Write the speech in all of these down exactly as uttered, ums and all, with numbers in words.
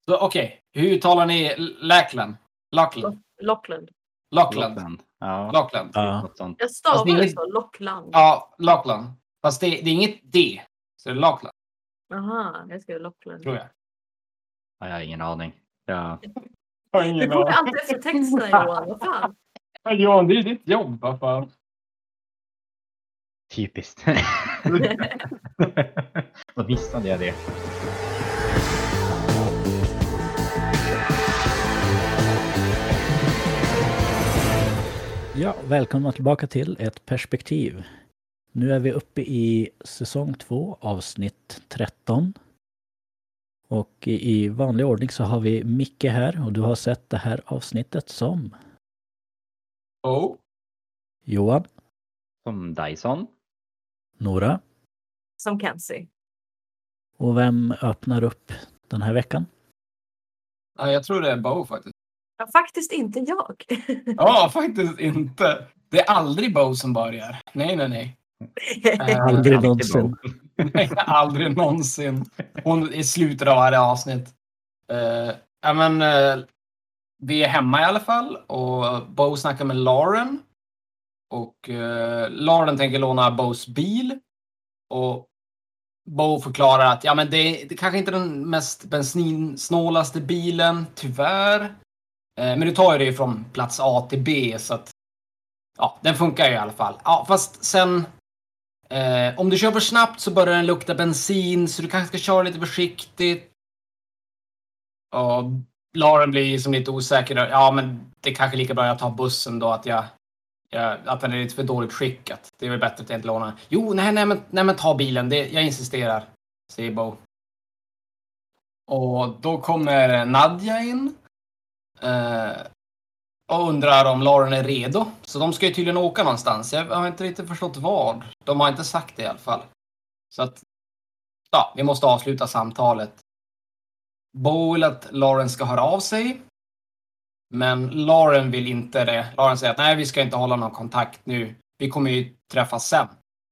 Så okej, okay. Hur uttalar ni Lackland? Lockland? Lockland. Lockland. Lockland. Ja. Lockland. Ja. Jag stavar det inget... så, Lockland. Ja, Lockland. Fast det, det är inget D. Så det är Lockland. Aha, jag skriver Lockland. Tror jag. Ja, jag har ingen aning. Ja. Jag har ingen du kommer alltid efter texterna, Johan. Vad fan? Ja, Johan, det är ditt jobb. Vad fan? Typiskt. Då missade jag det. Ja, välkomna tillbaka till Ett perspektiv. Nu är vi uppe i säsong två, avsnitt tretton. Och i vanlig ordning så har vi Micke här och du har sett det här avsnittet som... Oh. Johan. Som Dyson. Nora. Som Kenzie. Och vem öppnar upp den här veckan? Ja, jag tror det är Bo faktiskt. Ja, faktiskt inte jag. Ja, faktiskt inte. Det är aldrig Bo som börjar. Nej, nej, nej. uh, aldrig någonsin. Nej, aldrig någonsin. Hon i slutet av varje avsnitt. Uh, ja, men uh, vi är hemma i alla fall. Och Bo snackar med Lauren. Och uh, Lauren tänker låna Bos bil. Och Bo förklarar att ja, men det, det kanske inte är den mest bensinsnålaste bilen, tyvärr. Men du tar ju det från plats A till B, så att ja, den funkar ju i alla fall. Ja, fast sen eh, om du kör för snabbt så börjar den lukta bensin, så du kanske ska köra lite försiktigt. Och Lauren blir som lite osäker. Ja, men det är kanske lika bra jag tar bussen då, att jag, jag att den är lite för dåligt skickat. Det är väl bättre att jag inte lånar. Jo, nej, nej, men, nej, men ta bilen. Det, jag insisterar, säger Bo. Och då kommer Nadja in. Uh, och undrar om Lauren är redo. Så de ska ju tydligen åka någonstans. Jag har inte riktigt förstått vad. De har inte sagt det i alla fall. Så att ja, vi måste avsluta samtalet. Bo vill att Lauren ska höra av sig. Men Lauren vill inte det. Lauren säger att nej, vi ska inte hålla någon kontakt nu. Vi kommer ju träffas sen.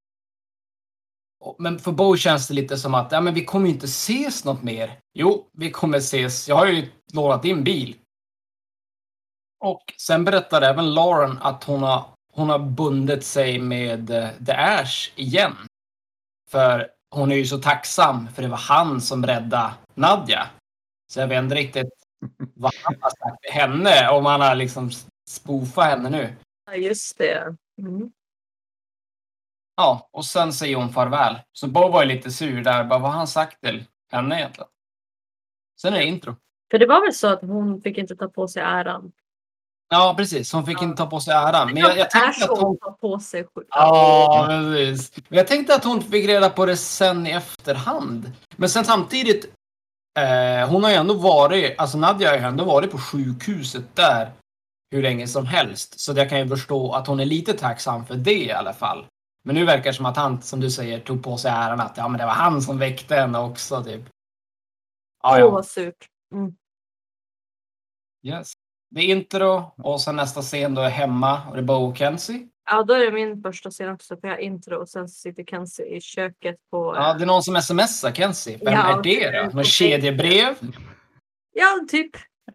Men för Bo känns det lite som att ja, men vi kommer ju inte ses något mer. Jo, vi kommer ses. Jag har ju lånat din bil. Och sen berättar även Lauren att hon har, hon har bundit sig med The Ash igen. För hon är ju så tacksam för det var han som räddade Nadja. Så jag vet inte riktigt vad han har sagt till henne. Om han har liksom spoofat henne nu. Ja, just det. Mm. Ja, och sen säger hon farväl. Så Bo var ju lite sur där. Bara, vad har han sagt till henne egentligen? Sen är det intro. För det var väl så att hon fick inte ta på sig äran. Ja, precis. Hon fick ja. inte ta på sig äran. Men jag, jag tänkte att hon... tar på sig skjortan. Ja, precis. Men jag tänkte att hon fick reda på det sen i efterhand. Men sen samtidigt... Eh, hon har ju ändå varit... Alltså Nadja har ju ändå varit på sjukhuset där hur länge som helst. Så jag kan ju förstå att hon är lite tacksam för det i alla fall. Men nu verkar det som att han, som du säger, tog på sig äran att ja, men det var han som väckte henne också, typ. Åh, ja, oh, vad surt. Mm. Yes. Det är intro och sen nästa scen då är hemma och det är Bo och Kenzie. Ja, då är det min första scen också, för jag har intro och sen sitter Kenzie i köket på... Ja, det är någon som smsar Kenzie. Vem ja, är det då? Någon kedjebrev? Ja, typ.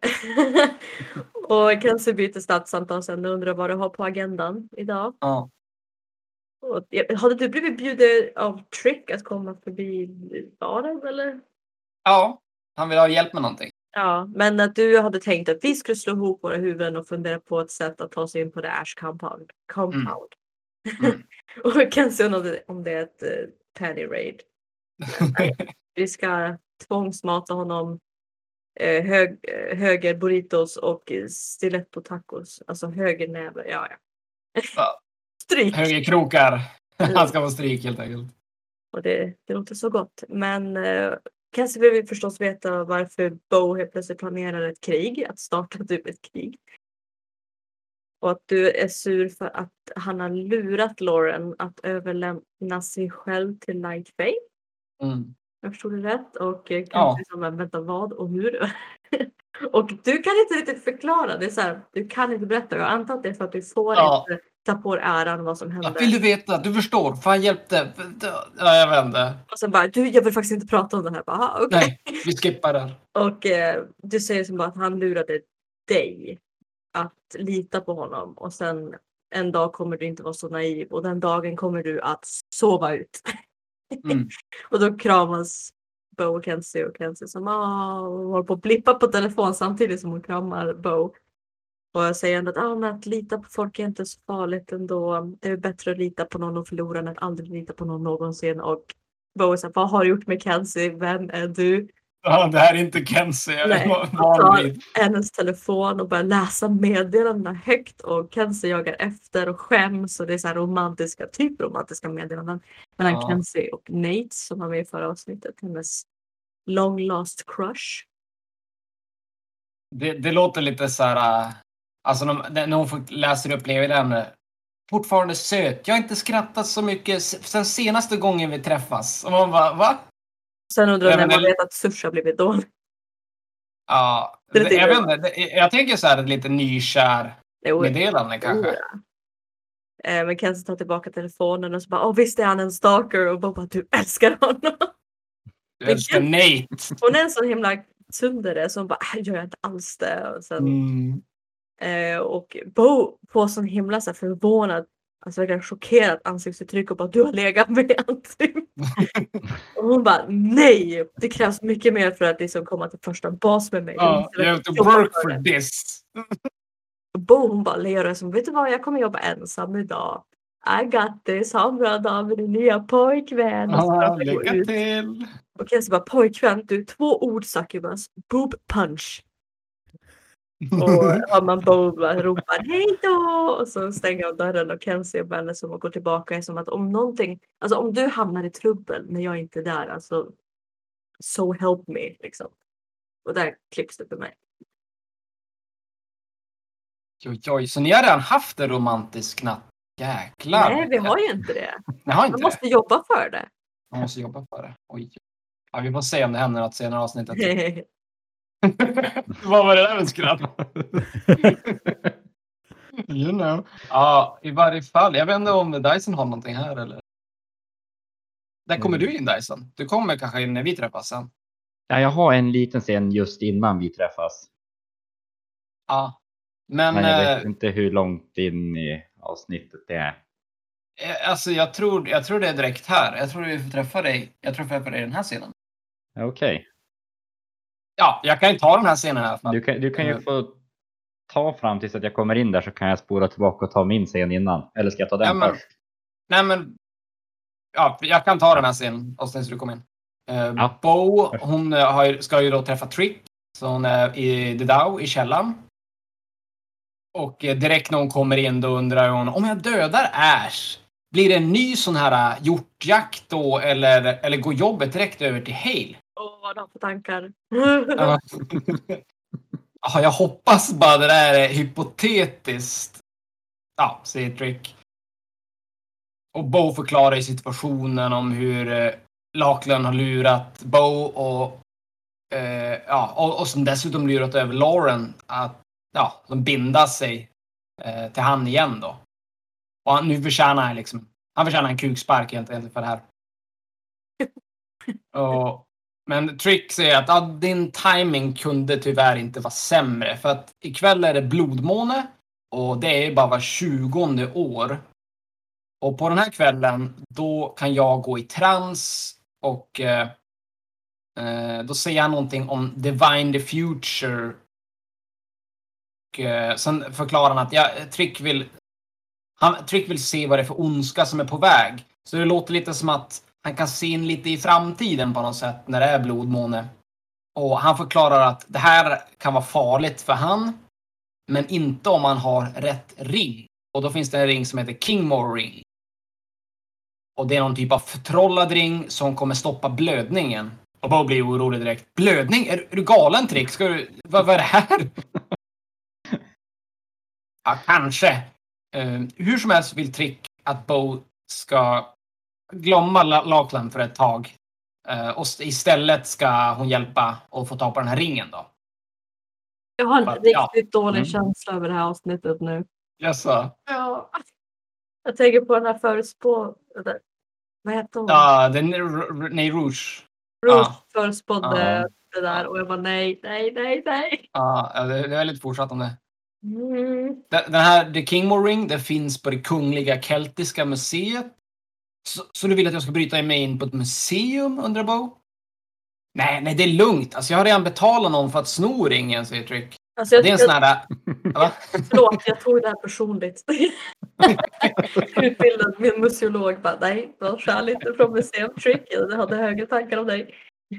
Och Kenzie byter stadssamtal sen och undrar vad du har på agendan idag. Ja. Och, hade du blivit bjuden av Trick att komma förbi baren, eller? Ja, han vill ha hjälp med någonting. Ja, men att du hade tänkt att vi skulle slå ihop våra huvuden och fundera på ett sätt att ta sig in på The Ash Compound. Compound. Mm. Mm. Och kanske om det, om det är ett uh, penny raid. Vi ska tvångsmata honom uh, hög, uh, höger burritos och stiletto tacos. Alltså höger näve. Ja, ja. ja. Stryk. Höger krokar. Han ska få stryk helt enkelt. Och det, det låter så gott. Men... Uh, Kanske vill vi förstås veta varför Bo helt plötsligt planerar ett krig. Att starta typ ett krig. Och att du är sur för att han har lurat Lauren att överlämna sig själv till Lightfay. Mm. Jag förstod det rätt. Och kanske ja. som, vänta vad och hur. Och du kan inte riktigt förklara. Det är så här, du kan inte berätta. Jag antar att det är för att du får ja. inte ta på dig äran vad som hände. Ja, vill du veta? Du förstår. Fan hjälpte. Ja, jag vet inte. Och sen bara, du, jag vill faktiskt inte prata om det här. Bara, aha, okay. Nej, vi skippar det. Och eh, du säger som bara att han lurade dig att lita på honom. Och sen en dag kommer du inte vara så naiv. Och den dagen kommer du att sova ut. Mm. Och då kramas Bo och Kenzie. Och Kenzie som ah, håller på att blippa på telefon samtidigt som hon kramar Bo. Och jag säger ändå att, ah, men att lita på folk är inte så farligt ändå. Det är bättre att lita på någon och förlora än att aldrig lita på någon någonsin. Och Bo säger, vad har du gjort med Kenzie? Vem är du? Ja, det här är inte Kenzie. Jag Nej, är han van tar vid. hennes telefon och börjar läsa meddelandena högt. Och Kenzie jagar efter och skäms. Och det är så här romantiska, typ romantiska meddelanden. Mellan Ja. Kenzie och Nate som var med i förra avsnittet. Hennes long lost crush. Det, det låter lite så här... äh, Alltså när, när hon får läser upp den. Fortfarande söt. Jag har inte skrattat så mycket s- sen senaste gången vi träffas. Och man bara, va? Sen undrar Ja, jag när men man det- vet att Sush har blivit dålig. Ja, Det är det, det jag, du- vet inte, det, jag tänker så här ett lite nykär Jo, meddelande kanske. jo, ja. Eh, Men Kenzie tar tillbaka telefonen och så bara, åh visst är han en stalker och Bob bara, du älskar honom. Jag älskar Nate. Hon är en sån himla tsundere som bara, äh, gör jag inte alls det. Och, sen, Mm. eh, och Bo får sån himla så här, förvånad, alltså verkligen chockerad ansiktsuttryck och bara, du har legat med han typ. Och hon bara, nej, det krävs mycket mer för att liksom komma till första bas med mig. Du Ja, måste you have to jobba work för for det." this. Och Bo hon bara ler som, vet du vad, jag kommer jobba ensam idag. I got this, ha en bra dag med din nya pojkvän. Och så Ja, börjar de gå lycka ut. till. Och Kenzie bara, pojkvän, du, två ord succubus, boob punch. Och hör man Bo bara ropar, hej då! Och så stänger jag dörren och Kenzie och Benne som går tillbaka är som att om någonting, alltså om du hamnar i trubbel när jag inte är där, alltså so help me liksom. Och där klipps det för mig. Oj, oj, så ni har redan haft en romantisk natt? Jäklar. Nej, vi har ju inte det. Ni har inte Man måste jobba för det. det? Man måste jobba för det. Oj. Ja, vi får se om det händer något senare avsnittet. Vad var det där med skratt? You know. Ja, i varje fall. Jag vet inte om Dyson har någonting här eller? Där kommer Mm. du in Dyson. Du kommer kanske in när vi träffas sen. Ja, jag har en liten scen just innan vi träffas. Ja. Men, Men jag eh, vet inte hur långt in i avsnittet det är. eh, alltså jag tror, jag tror det är direkt här. Jag tror vi får träffa dig. Jag tror vi får träffa dig i den här scenen. Okej. Ja, jag kan ju ta den här scenen i alla fall. Du kan, du kan ju Mm. få ta fram tills att jag kommer in där så kan jag spola tillbaka och ta min scen innan. Eller ska jag ta den Ja, men- först? Nej men, ja, jag kan ta den här scenen och sen så du kommer in. Uh, Ja. Bo, hon uh, har, ju- ska ju då träffa Trick. Så hon är i The Dow i källaren. Och uh, direkt när hon kommer in då undrar hon, om jag dödar Ash, blir det en ny sån här uh, hjortjakt då eller, eller går jobbet direkt över till Hale? Åh, vad de har för tankar. Ja. Ja, jag hoppas bara det där är hypotetiskt. Ja, säger Trick. Och Bo förklarar i situationen om hur eh, Lackland har lurat Bo och, eh, ja, och, och som dessutom lurat över Lauren att ja, de binda sig eh, till han igen då. Och han, nu förtjänar han liksom, han förtjänar en kukspark helt enkelt för det här. Och, men Trick säger att ja, din timing kunde tyvärr inte vara sämre. För att ikväll är det blodmåne. Och det är bara var tjugonde år. Och på den här kvällen då kan jag gå i trans. Och eh, eh, då säger han någonting om Divine the Future. Och eh, sen förklarar han att ja, Trick vill han, Trick vill se vad det är för ondska som är på väg. Så det låter lite som att han kan se in lite i framtiden på något sätt när det är blodmåne. Och han förklarar att det här kan vara farligt för han. Men inte om man har rätt ring. Och då finns det en ring som heter Kingmore Ring. Och det är någon typ av förtrollad ring som kommer stoppa blödningen. Och Bo blir orolig direkt. Blödning? Är, är du galen Trick? Ska du, vad, vad är det här? Ja, kanske. Uh, hur som helst vill Trick att Bo ska glömma Lackland för ett tag. Uh, och istället ska hon hjälpa och få ta på den här ringen då. Jag har en Ja. riktigt dålig Mm. känsla över det här avsnittet nu. Jaså? Ja. Jag tänker på den här förutspå... Vad heter hon? Ja, den, nej, Rouge. Rouge Ja. förutspådde Ja. det där och jag var nej, nej, nej, nej. Ja, det, det är lite fortsatt om det. Mm. Den den här The Kingmore Ring, det finns på det kungliga keltiska museet. Så, så du vill att jag ska bryta mig in på ett museum, undrar Bo? Nej, nej, det är lugnt. Alltså, jag har redan betalat någon för att sno ringen, säger Trick. Alltså jag, Det är en jag, sån här... Va? förlåt, jag tog det här personligt. Utbildad min museolog bara, nej, de stjäl inte från museum Trick. Jag hade högre tankar om dig.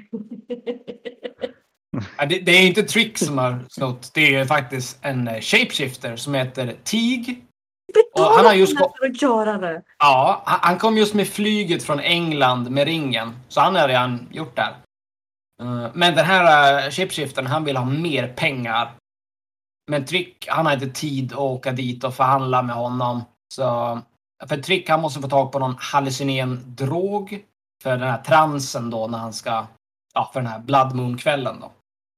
Ja, det, det är inte Trick som har snott. Det är faktiskt en eh, shapeshifter som heter Tig. Och han har just Betala för att göra det. Ja, han han kom just med flyget från England med ringen. Så han har redan gjort det. Uh, Men den här uh, shapeshiftern, han vill ha mer pengar. Men Trick, han har inte tid att åka dit och förhandla med honom. Så för Trick, han måste få tag på någon hallucinogen drog för den här transen då när han ska, ja, för den här Blood Moon-kvällen då.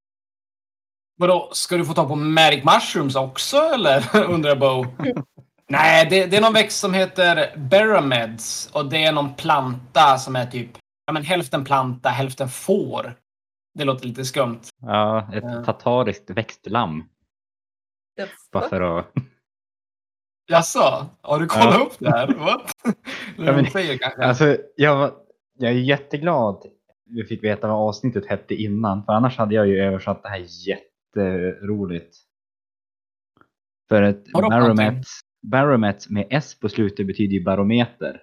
Vadå, ska du få tag på Magic Mushrooms också, eller? Undrar Bo. Nej, det, det är någon växt som heter Barameds. Och det är någon planta som är typ, ja, men hälften planta, hälften får. Det låter lite skumt. Ja, ett Ja. tatariskt växtlamm. Det- Bara för att... Jaså? Har du kollat Ja. upp det här? What? Ja, men- säger kanske. Alltså, jag, var, jag är jätteglad vi fick veta vad avsnittet hette innan. För annars hade jag ju översatt det här jätteroligt. För ett Vadå för baromet, någonting? baromet med S på slutet betyder ju barometer.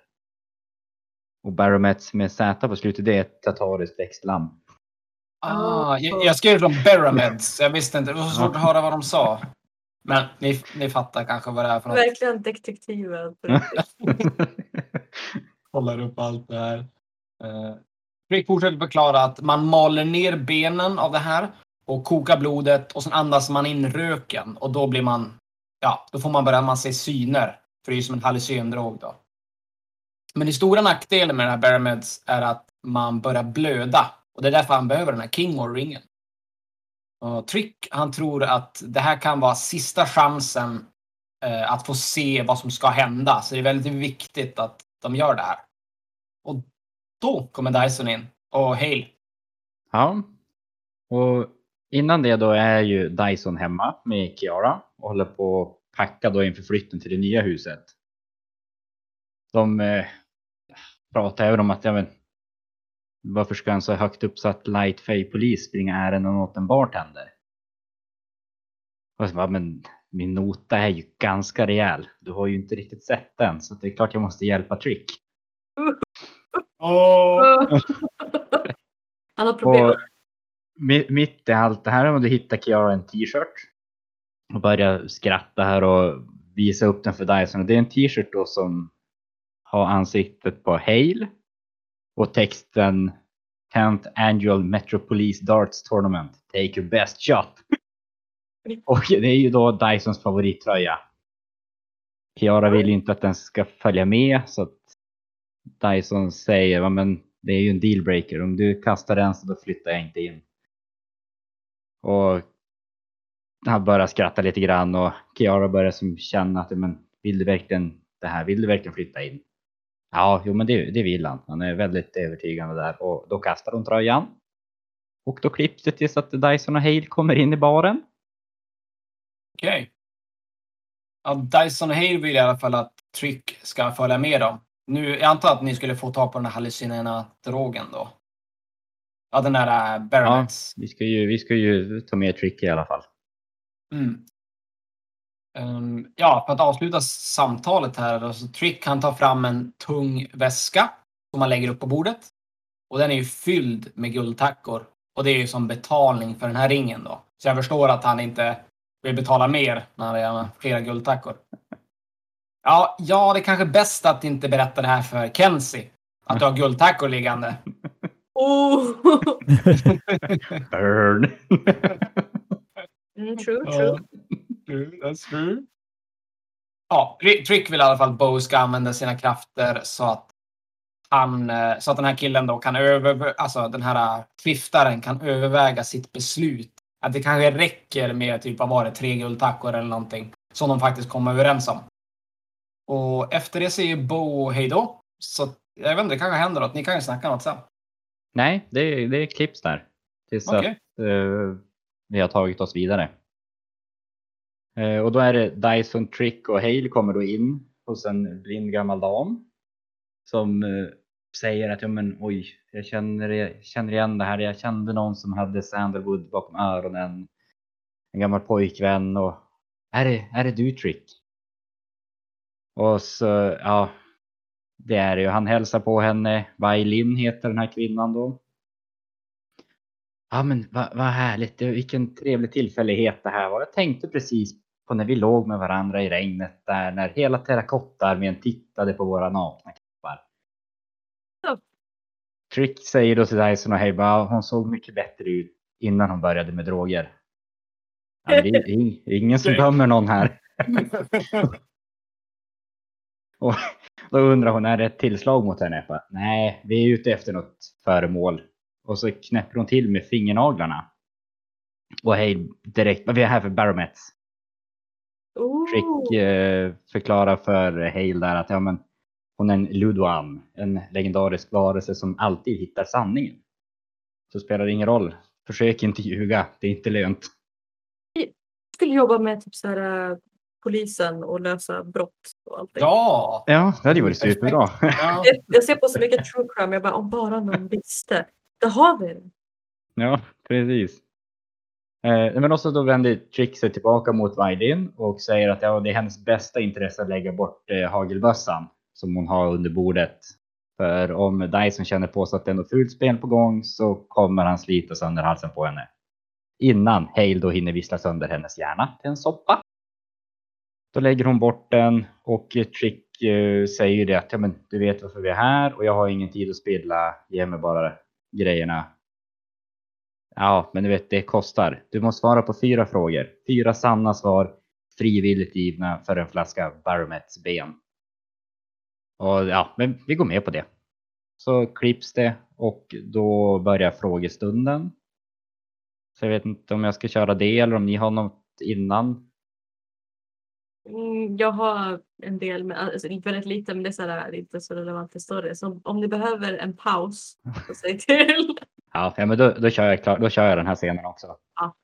Och baromet med Z på slutet, det är ett tatariskt växtlamm. Ah, jag, jag skrev från Barameds. Jag visste inte. Det var så svårt att höra vad de sa. Men ni, ni fattar kanske vad det är för något. Verkligen detektiven. på riktigt. Kollar upp allt det här. Uh, Rick fortsätter förklara att man maler ner benen av det här och kokar blodet och sen andas man in röken och då blir man, ja, då får man börja man se syner, för det är ju som en hallucinodrog då. Men den stora nackdelen med den här Barameds är att man börjar blöda och det är därför han behöver den här Kingmore-ringen. Och Trick, han tror att det här kan vara sista chansen eh, att få se vad som ska hända, så det är väldigt viktigt att de gör det här. Och då kommer Dyson in och Hale. Ja. Och innan det då är ju Dyson hemma med Kiara och håller på att packa då inför flytten till det nya huset. De eh, pratar även om att, ja, men, varför ska en så högt uppsatt Lightfay-polis springa ärenden åt en bartender? Och så bara, men min nota är ju ganska rejäl. Du har ju inte riktigt sett den, så det är klart jag måste hjälpa Trick. Oh. Han har problem. Och mi- mitt i allt det här om du hittar Kiara en t-shirt och börjar skratta här och visa upp den för Dyson. Och det är en t-shirt då som har ansiktet på Hale och texten tenth Annual Metropolice Darts Tournament. Take your best shot. Och det är ju då Dysons favorittröja. Kiara vill ju inte att den ska följa med, så att Dyson säger, ja, men det är ju en dealbreaker. Om du kastar den så då flyttar jag inte in. Och han börjar skratta lite grann och Kiara börjar som känna att, men vill du verkligen det här? Vill du verkligen flytta in? Ja, jo, men det, det vill han. Han är väldigt övertygande där. Och då kastar hon tröjan. Och då klipps det tills att Dyson och Hale kommer in i baren. Okej. Okay. Ja, Dyson och Hale vill i alla fall att Trick ska följa med dem. Nu, jag antar att ni skulle få ta på den här hallucinogena drogen då. Ja, den där uh, Barameds. Ja, vi ska ju, vi ska ju ta med Trick i alla fall. Mm. Um, ja, för att avsluta samtalet här då, så Trick kan ta fram en tung väska som man lägger upp på bordet. Och den är ju fylld med guldtackor. Och det är ju som betalning för den här ringen då. Så jag förstår att han inte vill betala mer när det är flera guldtackor. Ja, ja, det är kanske bäst att inte berätta det här för Kenzie. Att du har guldtackor liggande. Oh. Burn! mm, true, true. True, that's true. Ja, Trick vill i alla fall Bo ska använda sina krafter så att han, så att den här killen då kan över, alltså den här kviftaren kan överväga sitt beslut. Att det kanske räcker med typ, vad var det, tre guldtackor eller någonting som de faktiskt kommer överens om. Och efter det säger Bo hej då. Så jag vet inte, det kanske händer att ni kan ju snacka något sen. Nej, det är, det är klipps där. Tills Okej. att eh, vi har tagit oss vidare. Eh, och då är det Dyson, Trick och Hale kommer då in hos en blind gammal dam. Som eh, säger att ja, men, oj, jag känner, jag känner igen det här. Jag kände någon som hade sandalwood bakom öronen. En gammal pojkvän. Och är det, är det du, Trick? Och så, ja, det är det ju. Han hälsar på henne. Vailin heter den här kvinnan då. Ja, men vad va härligt. Det, vilken trevlig tillfällighet det här var. Jag tänkte precis på när vi låg med varandra i regnet där. När hela terrakottaarmén tittade på våra nakna kroppar. Ja. Trick säger då till Dyson och hej, bara, hon såg mycket bättre ut innan hon började med droger. Ja, men det är ing- ingen som dömer någon här. Och då undrar hon, är det ett tillslag mot henne? Bara, nej, vi är ute efter något föremål. Och så knäpper hon till med fingernaglarna. Och hej, direkt, vi är här för Baromets. Oh. Trick eh, förklarar för Hale där att ja, men, hon är en Ludoan. En legendarisk varelse som alltid hittar sanningen. Så spelar det ingen roll. Försök inte ljuga, det är inte lönt. Jag skulle jobba med typ så här, uh, polisen och lösa brott och allt det. Ja! Ja, det hade ju varit superbra. Ja. Jag, jag ser på så mycket true crime, jag bara, om bara någon visste. Det har vi. Ja, precis. Eh, men också då vänder Trick sig tillbaka mot Vailin och säger att ja, det är hennes bästa intresse att lägga bort eh, hagelbössan som hon har under bordet. För om Dyson känner på sig att det är något fult spel på gång så kommer han slita sönder halsen på henne. Innan Hale då hinner vissla sönder hennes hjärna till en soppa. Då lägger hon bort den och Trick eh, säger det att ja, men, du vet varför vi är här och jag har ingen tid att spilla. Ge mig bara grejerna. Ja, men du vet, det kostar. Du måste svara på fyra frågor. Fyra sanna svar, frivilligt givna för en flaska Baromets ben. Och ja, men vi går med på det. Så klipps det och då börjar frågestunden. Så jag vet inte om jag ska köra det eller om ni har något innan. Mm, jag har en del, med, alltså väldigt lite, men det är, så här, det är inte så relevant historia. Så om ni behöver en paus, så säg till. Ja, men då, då, kör jag klar, då kör jag den här scenen också. Ja.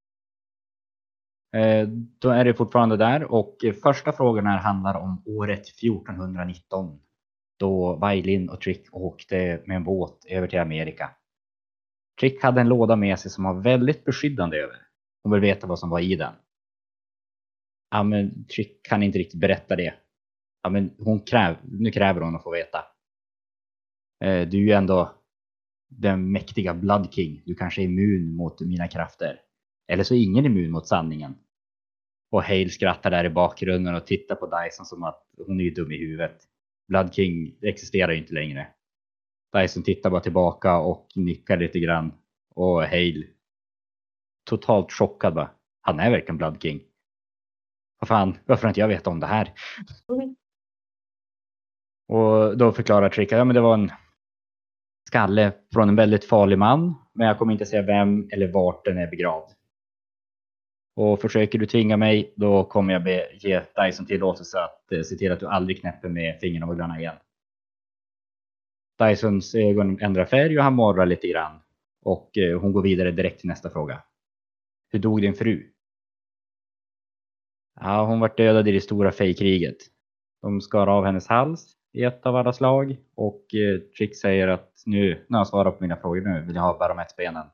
Eh, då är det fortfarande där och första frågan här handlar om året fjortonhundranitton. Då Vailin och Trick åkte med en båt över till Amerika. Trick hade en låda med sig som var väldigt beskyddande över. Hon vill veta vad som var i den. Ja, men Trick kan inte riktigt berätta det. Ja, men hon kräv, nu kräver hon att få veta. Eh, du är ju ändå den mäktiga Blood King. Du kanske är immun mot mina krafter. Eller så är ingen immun mot sanningen. Och Hale skrattar där i bakgrunden och tittar på Dyson som att hon är ju dum i huvudet. Blood King existerar ju inte längre. Dyson tittar bara tillbaka och nickar lite grann. Och Hale totalt chockad bara. Han är verkligen Blood King. Vad fan, varför har inte jag vet om det här? Mm. Och då förklarar Trick att ja, men det var en skalle från en väldigt farlig man. Men jag kommer inte säga vem eller vart den är begravd. Och försöker du tvinga mig, då kommer jag be, ge Dyson tillåtelse att eh, se till att du aldrig knäpper med fingernaglarna igen. Dysons ögon ändrar färg och han morrar lite grann. Och eh, hon går vidare direkt till nästa fråga. Hur dog din fru? Ja, hon var dödad i det stora fejkriget. De skar av hennes hals i ett av alla slag. Och eh, Trick säger att nu, när jag svarar på mina frågor nu, vill jag ha Barometsbenen.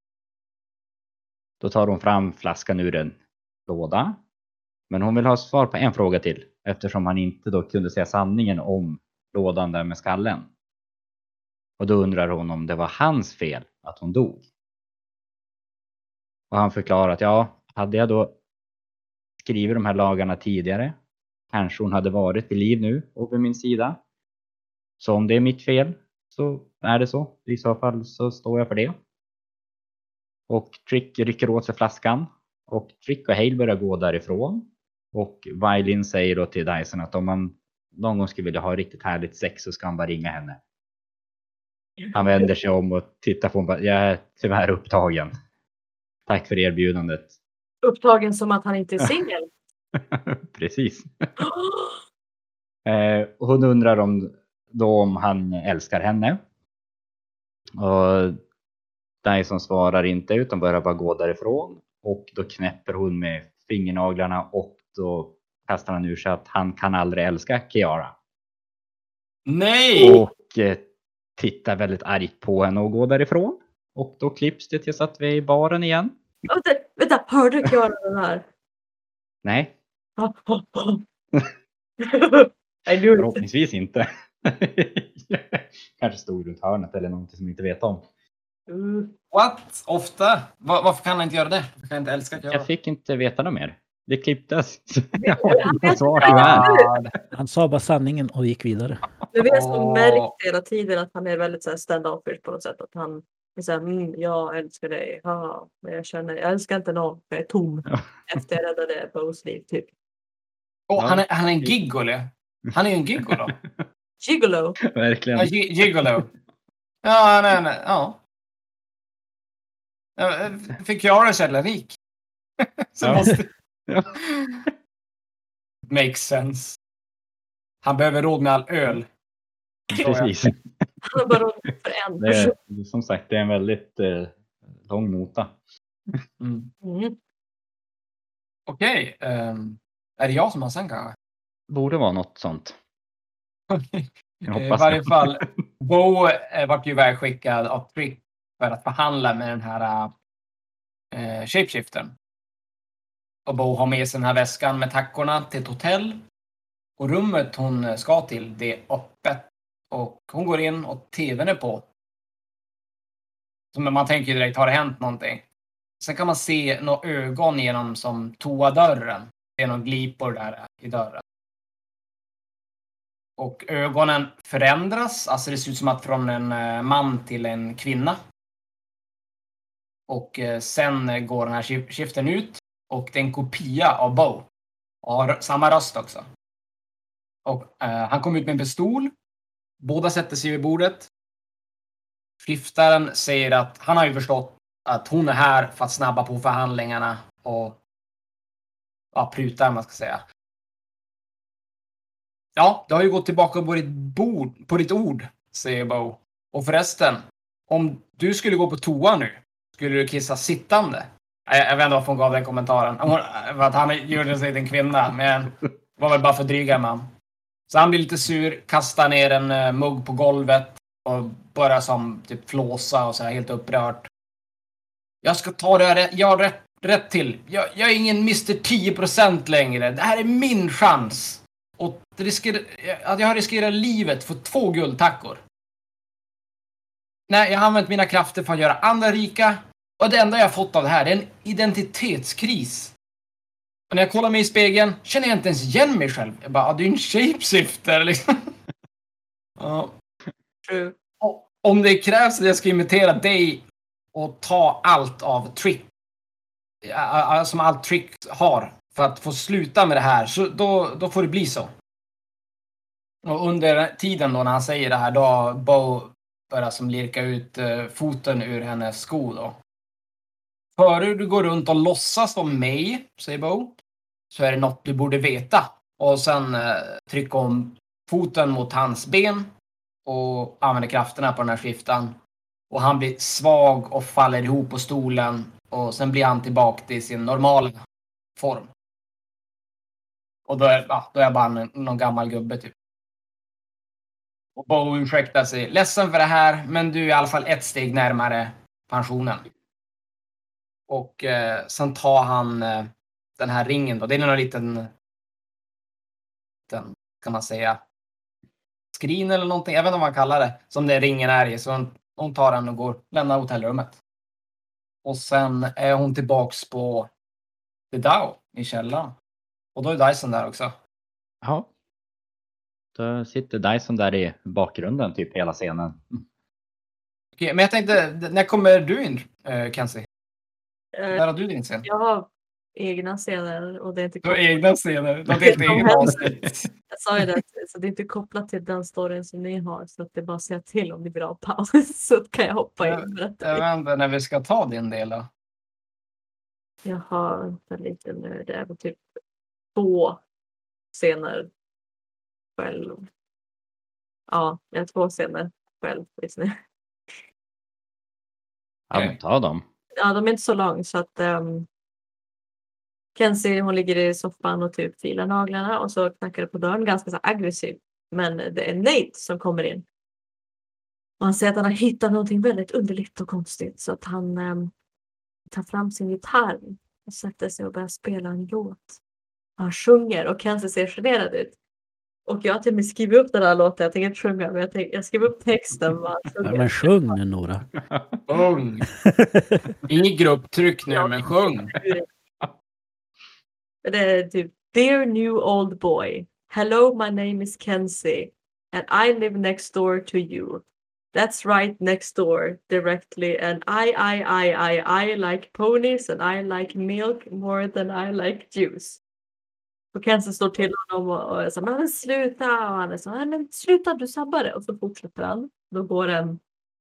Då tar hon fram flaskan ur en låda. Men hon vill ha svar på en fråga till. Eftersom han inte då kunde säga sanningen om lådan där med skallen. Och då undrar hon om det var hans fel att hon dog. Och han förklarar att ja, hade jag då skrivit de här lagarna tidigare. Kanske hon hade varit i liv nu och vid min sida. Så om det är mitt fel så är det så. I så fall så står jag för det. Och Trick rycker åt sig flaskan. Och Trick och Hale börjar gå därifrån. Och Vailin säger då till Dyson att om man någon gång skulle vilja ha riktigt härligt sex så ska han bara ringa henne. Han vänder sig om och tittar på henne. Jag är tyvärr upptagen. Tack för erbjudandet. Upptagen som att han inte är singel. Precis. Eh, och hon undrar om, då om han älskar henne. Och Dyson svarar inte utan börjar bara gå därifrån. Och då knäpper hon med fingernaglarna och då kastar han ur sig att han kan aldrig älska Kiara. Nej! Och eh, tittar väldigt argt på henne och går därifrån. Och då klipps det tills att vi är i baren igen. Vänta, vänta, hörde du Kiara den här? Nej, I knew it. förhoppningsvis inte. Kanske stod runt hörnet eller någonting som vi inte vet om. Mm. What? Ofta? Va- varför kan han inte göra det? Varför kan han inte älska Kiara? Jag fick inte veta något mer. Det klipptes. Ja, Jag svar tyvärr. Ja, Han sa bara sanningen och gick vidare. Men vi har så Åh. märkt hela tiden att han är väldigt så här stand-offish på något sätt. Att han är så här, mm, jag älskar dig. Haha. Men jag känner, jag älskar inte någon. Jag är tom. Ja. Efter jag räddade Bo's liv typ. Och han, är, han är en gigolo. Han är ju en gigolo. Gigolo. Verkligen. Ja, gi- gigolo. Ja, nej, nej, ja. Ja, för Kiara är så jävla rik. Så Ja. måste... Ja. Makes sense. Han behöver råd med all öl. Precis. Han har bara råd för en Det person. är, som sagt, det är en väldigt eh, lång nota. Mm. Mm. Okej. ehm, är det jag som har sen kanske? Borde vara något sånt. Jag I hoppas varje det. fall, Bo eh, vart ju ivägskickad av Trick för att förhandla med den här eh, shapeshiftern. Och Bo har med sig den här väskan med tackorna till ett hotell. Och rummet hon ska till, det är öppet. Och hon går in och tvn är på. Så man tänker ju direkt, har det hänt någonting? Sen kan man se några ögon genom som toadörren. Det är några glipor där i dörren. Och ögonen förändras. Alltså det ser ut som att från en eh, man till en kvinna. Och eh, sen eh, går den här skif- skiften ut. Och det är en kopia av Bo. Och har samma röst också. Och eh, han kommer ut med en pistol. Båda sätter sig vid bordet. Skiftaren säger att han har ju förstått att hon är här för att snabba på förhandlingarna. Och ja, pruta, man ska säga. Ja, det har ju gått tillbaka på ditt, bord, på ditt ord, säger Bo. Och förresten, om du skulle gå på toa nu, skulle du kissa sittande? Jag, jag vet inte varför hon gav den kommentaren. Hon, för att han gjorde sig till en kvinna, men det var väl bara för dryga man. Så han blir lite sur, kastar ner en uh, mugg på golvet och börjar som typ flåsa och så här helt upprört. Jag ska ta det här, jag har rätt, rätt till. Jag, jag är ingen mister tio procent längre. Det här är min chans. Och risker, att jag har riskerat livet för två guldtackor. Nej, jag har använt mina krafter för att göra andra rika. Och det enda jag fått av det här är en identitetskris. Och när jag kollar mig i spegeln känner jag inte ens igen mig själv. Jag bara, ah, du är en shapeshifter liksom. Ja. True. Och om det krävs att jag ska imitera dig och ta allt av Trick. Som allt Trick har. För att få sluta med det här. Så då, då får det bli så. Och under tiden då när han säger det här. Då har Bo börjat som lirka ut uh, foten ur hennes sko då. Före du går runt och låtsas som mig, säger Bo. Så är det något du borde veta. Och sen uh, trycker hon foten mot hans ben. Och använder krafterna på den här skiftan. Och han blir svag och faller ihop på stolen. Och sen blir han tillbaka till sin normala form. Och då är, ja, då är jag bara en, någon gammal gubbe typ. Och Bo ursäktar sig. Ledsen för det här, men du är i alla fall ett steg närmare pensionen. Och eh, sen tar han eh, den här ringen då. Det är någon liten, liten, kan man säga, skrin eller någonting. Jag vet inte vad man kallar det. Som den ringen är i. Så hon, hon tar den och går, lämnar hotellrummet. Och sen är hon tillbaks på The Dow i källaren. Och då är Dyson där också. Ja. Då sitter Dyson där i bakgrunden typ hela scenen. Okej, men jag tänkte, när kommer du in, uh, Kenzie? Eh, När har du din scen? jag har egna scener och det är inte Du har kopplat. egna scener. Du har helt egen avsnitt. Jag sa ju det, så det är inte kopplat till den storyn som ni har. Så att det är bara att säga till om ni vill ha paus. Så kan jag hoppa in och berätta. Jag vet inte när vi ska ta din del då. Jag har vänta lite nu. Det är väl typ två scener själv. Ja, jag har två scener själv just nu. Ja, men ta dem. Ja, de är inte så långa så att um, Kenzie hon ligger i soffan och typ filar naglarna och så knackar det på dörren ganska så aggressivt. Men det är Nate som kommer in. Och han säger att han har hittat någonting väldigt underligt och konstigt så att han um, tar fram sin gitarr och sätter sig och börjar spela en låt. Han sjunger och Kenzie ser generad ut. Och jag har till och med skrivit upp den här låten. Jag tänker inte sjunga men jag, tänk, jag skriver upp texten. Vad han sjunger. Ja, men sjung nu Nora. Sjung! Inget grupptryck nu, men sjung! Det är typ Dear new old boy. Hello, my name is Kenzie. And I live next door to you. That's right, next door directly. And I, I, I, I, I like ponies and I like milk more than I like juice. Och Kenzie står till honom och, och är så men sluta. Och han är så nej men sluta, du sabbar det. Och så fortsätter han. Då går den.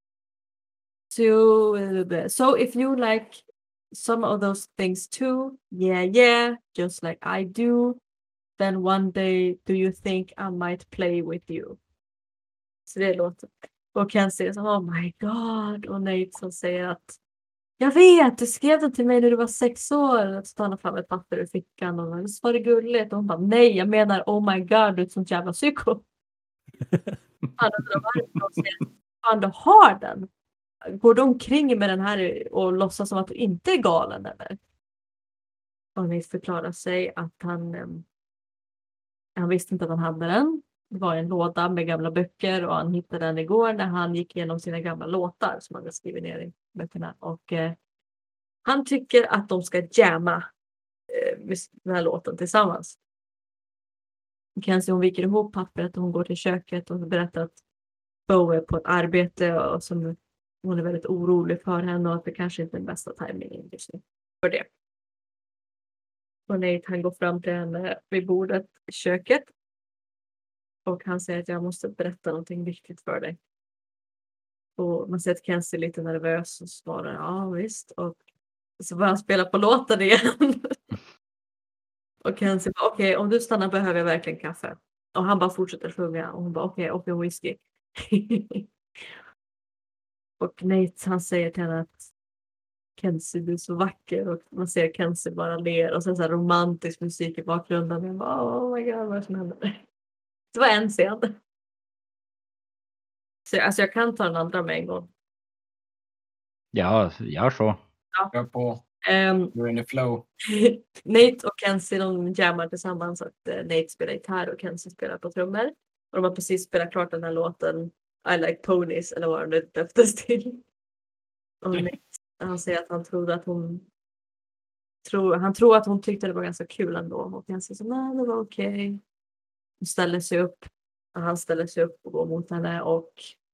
So, so if you like some of those things too, yeah, yeah, just like I do, then one day do you think I might play with you? Så det låter. Och Kenzie är så oh my god. Och Nate som säger att jag vet, du skrev det till mig när du var sex år. Så tar han fram ett papper ur fickan och så var det gulligt. Och hon bara, nej, jag menar, oh my god, du är ett sånt jävla psyko. Han undrar varför de säger, fan du har den. Går du omkring med den här och låtsas som att du inte är galen eller? Och Nate förklarar sig att han, han visste inte att han hade den. Det var en låda med gamla böcker och han hittade den igår när han gick igenom sina gamla låtar som han hade skrivit ner i böckerna. Och eh, han tycker att de ska jamma eh, med den här låten tillsammans. Kenzie hon viker ihop pappret och hon går till köket och berättar att Bo är på ett arbete och som hon är väldigt orolig för henne och att det kanske inte är den bästa tajmingen just nu för det. Och Nate han går fram till henne vid bordet i köket. Och han säger att jag måste berätta någonting viktigt för dig. Och man ser att Kenzie är lite nervös och svarar ja visst. Och så börjar han spela på låten igen. Och Kenzie bara okej okay, om du stannar behöver jag verkligen kaffe. Och han bara fortsätter sjunga och hon bara okej okay, och en whisky. Och Nate han säger till henne att Kenzie du är så vacker. Och man ser Kenzie bara ler och sen så här romantisk musik i bakgrunden. Och jag bara oh my god vad är det som händer? Det var en scen. Så alltså jag kan ta den andra med en gång. Ja, gör så. Ja. Jag är på. Um, You're in the flow. Nate och Kenzie de jammar tillsammans. Att uh, Nate spelar gitarr och Kenzie spelar på trummor. Och de har precis spelat klart den här låten I like ponies. Eller vad det döptes till. Och Nate, han säger att han trodde att hon tror, han tror att hon tyckte det var ganska kul ändå. Och Kenzie så nej det var okej. Okay. Hon ställer sig upp. Och han ställer sig upp och går mot henne. Och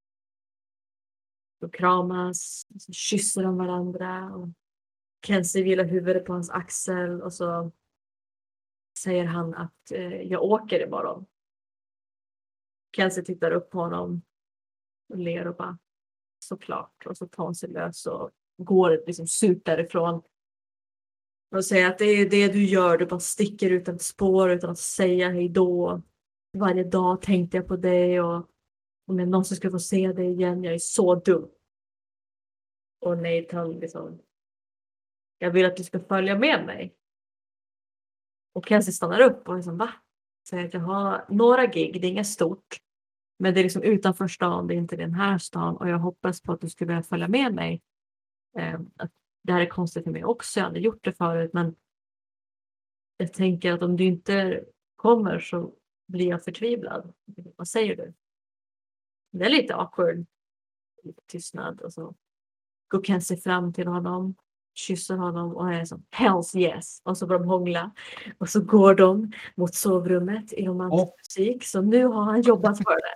de kramas. Och så kysser de varandra. Och Kenzie vilar huvudet på hans axel. Och så säger han att eh, jag åker imorgon. Kenzie tittar upp på honom. Och ler och bara såklart. Och så tar hon sig lös och går liksom surt därifrån. Och säger att det är det du gör. Du bara sticker utan ett spår utan att säga hej då. Varje dag tänkte jag på dig och om jag någonsin skulle få se dig igen, jag är så dum. Och Nate han liksom jag vill att du ska följa med mig. Och Kenzie stannar upp och liksom va? Säger att jag har några gig, det är inget stort. Men det är liksom utanför stan, det är inte den här stan. Och jag hoppas på att du skulle vilja följa med mig. Eh, att det här är konstigt för mig också, jag hade gjort det förut. Men jag tänker att om du inte kommer så blir jag förtvivlad. Vad säger du? Det är lite awkward. Lite tystnad. Och så går Kenzie fram till honom. Kysser honom och är som hells yes. Och så börjar de hångla. Och så går de mot sovrummet i romantisk oh. musik. Så nu har han jobbat för det.